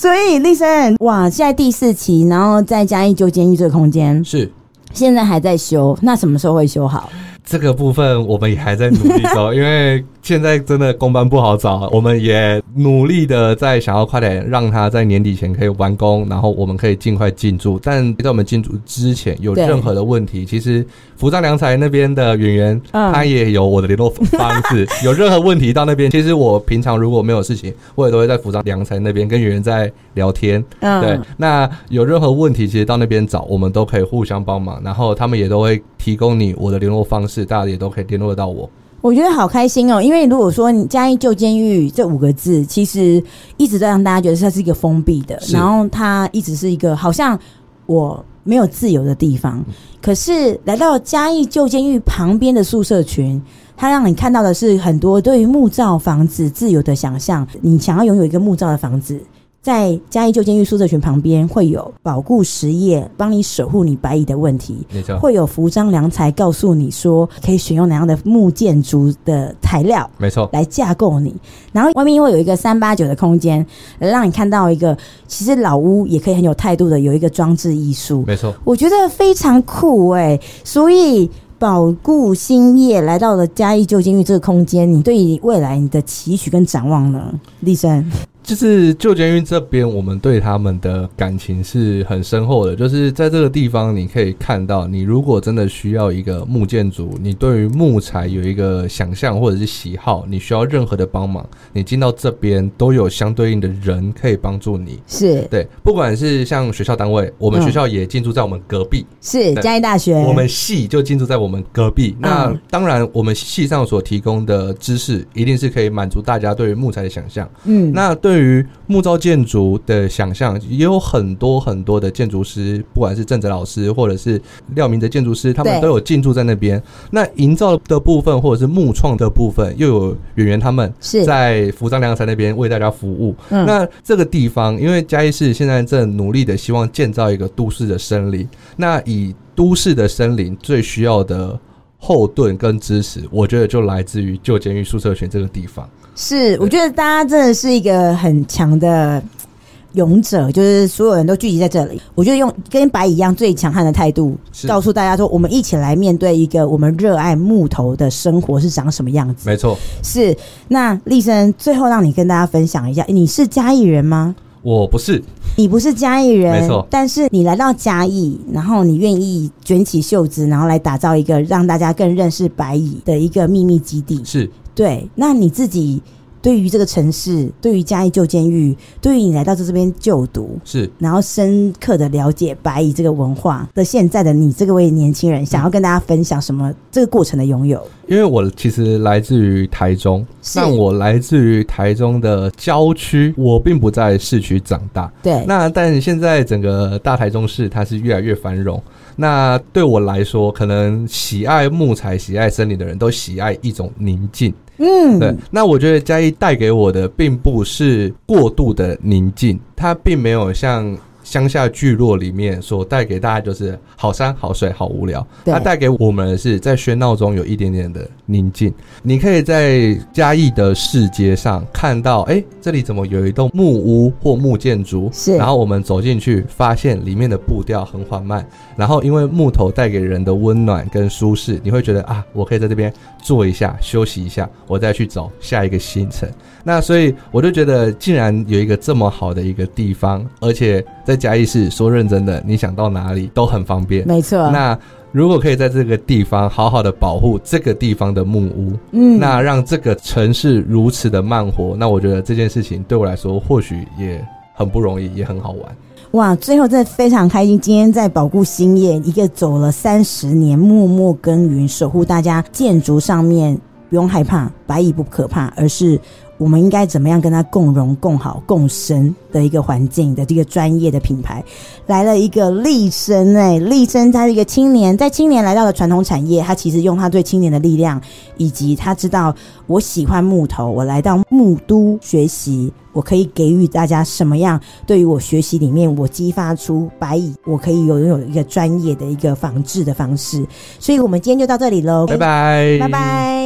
所以立生，哇，现在第四期，然后在嘉义旧监狱这个空间是现在还在修，那什么时候会修好？ 这个部分我们也还在努力中，因为现在真的工班不好找，我们也努力的在想要快点让它在年底前可以完工，然后我们可以尽快进驻。但在我们进驻之前有任何的问题，其实福章良才那边的演员、嗯、他也有我的联络方式，有任何问题到那边，其实我平常如果没有事情，我也都会在福章良才那边跟演员在聊天、嗯、对，那有任何问题其实到那边找，我们都可以互相帮忙，然后他们也都会提供你我的联络方式，大家也都可以联络得到我。 我觉得好开心哦，因为如果说你嘉义旧监狱这五个字，其实一直都让大家觉得它是一个封闭的，然后它一直是一个好像我没有自由的地方。可是来到嘉义旧监狱旁边的宿舍群，它让你看到的是很多对于木造房子自由的想象。你想要拥有一个木造的房子，在嘉义旧监狱宿舍群旁边会有保固实业帮你守护你白蚁的问题， 没错， 会有福章良才告诉你说可以选用哪样的木建筑的材料， 没错， 来架构你。然后外面会有一个三八九的空间，让你看到一个其实老屋也可以很有态度的有一个装置艺术， 没错， 我觉得非常酷欸。所以保固兴业来到了嘉义旧监狱这个空间，你对于未来你的期许跟展望呢？立生， 就是旧监狱这边，我们对他们的感情是很深厚的。就是在这个地方，你可以看到，你如果真的需要一个木建筑，你对于木材有一个想象或者是喜好，你需要任何的帮忙，你进到这边都有相对应的人可以帮助你。 是， 对，不管是像学校单位，我们学校也进驻在我们隔壁， 嗯、是嘉义大学， 我们系就进驻在我们隔壁。嗯、那当然，我们系上所提供的知识，一定是可以满足大家对于木材的想象。嗯，那对对于木造建筑的想象，也有很多很多的建筑师，不管是郑哲老师或者是廖明的建筑师，他们都有进驻在那边。那营造的部分或者是木创的部分，又有演员他们在福章良才那边为大家服务。嗯、那这个地方，因为嘉义市现在正努力的希望建造一个都市的森林，那以都市的森林最需要的后盾跟支持，我觉得就来自于旧监狱宿舍群这个地方。 是，我觉得大家真的是一个很强的勇者，就是所有人都聚集在这里。我觉得用跟白蚁一样最强悍的态度，告诉大家说，我们一起来面对一个我们热爱木头的生活是长什么样子。 没错， 是。那立生，最后让你跟大家分享一下，你是嘉义人吗？ 我不是。 你不是嘉义人， 没错， 但是你来到嘉义，然后你愿意卷起袖子，然后来打造一个让大家更认识白蚁的一个秘密基地。 是， 对。那你自己对于这个城市，对于嘉义旧监狱，对于你来到这边就读， 是， 然后深刻的了解白蚁这个文化的现在的你这个位年轻人，想要跟大家分享什么这个过程的拥有？ 因为我其实来自于台中，那我来自于台中的郊区，我并不在市区长大。 对， 那但现在整个大台中市它是越来越繁荣。那对我来说，可能喜爱木材、喜爱森林的人都喜爱一种宁静。嗯，对。那我觉得嘉义带给我的并不是过度的宁静，它并没有像乡下聚落里面所带给大家就是好山好水好无聊，它带给我们的是在喧闹中有一点点的宁静。你可以在嘉义的市街上看到，哎，这里怎么有一栋木屋或木建筑，是，然后我们走进去发现里面的步调很缓慢，然后因为木头带给人的温暖跟舒适，你会觉得啊，我可以在这边坐一下休息一下，我再去走下一个行程。那所以我就觉得竟然有一个这么好的一个地方，而且在嘉义市说认真的，你想到哪里都很方便。 没错。 那如果可以在这个地方好好的保护这个地方的木屋，嗯，那让这个城市如此的慢活，那我觉得这件事情对我来说或许也很不容易，也很好玩。 哇，最后真的非常开心，今天在保固兴业一个走了三十年默默耕耘守护大家建筑上面不用害怕，白蚁不可怕，而是我们应该怎么样跟它共荣共好共生的一个环境的这个专业的品牌。来了一个立生，哎，立生他是一个青年，在青年来到了传统产业，他其实用他对青年的力量，以及他知道我喜欢木头，我来到木都学习，我可以给予大家什么样，对于我学习里面我激发出白蚁，我可以有拥有一个专业的一个仿制的方式。所以我们今天就到这里咯， 拜拜， 拜拜。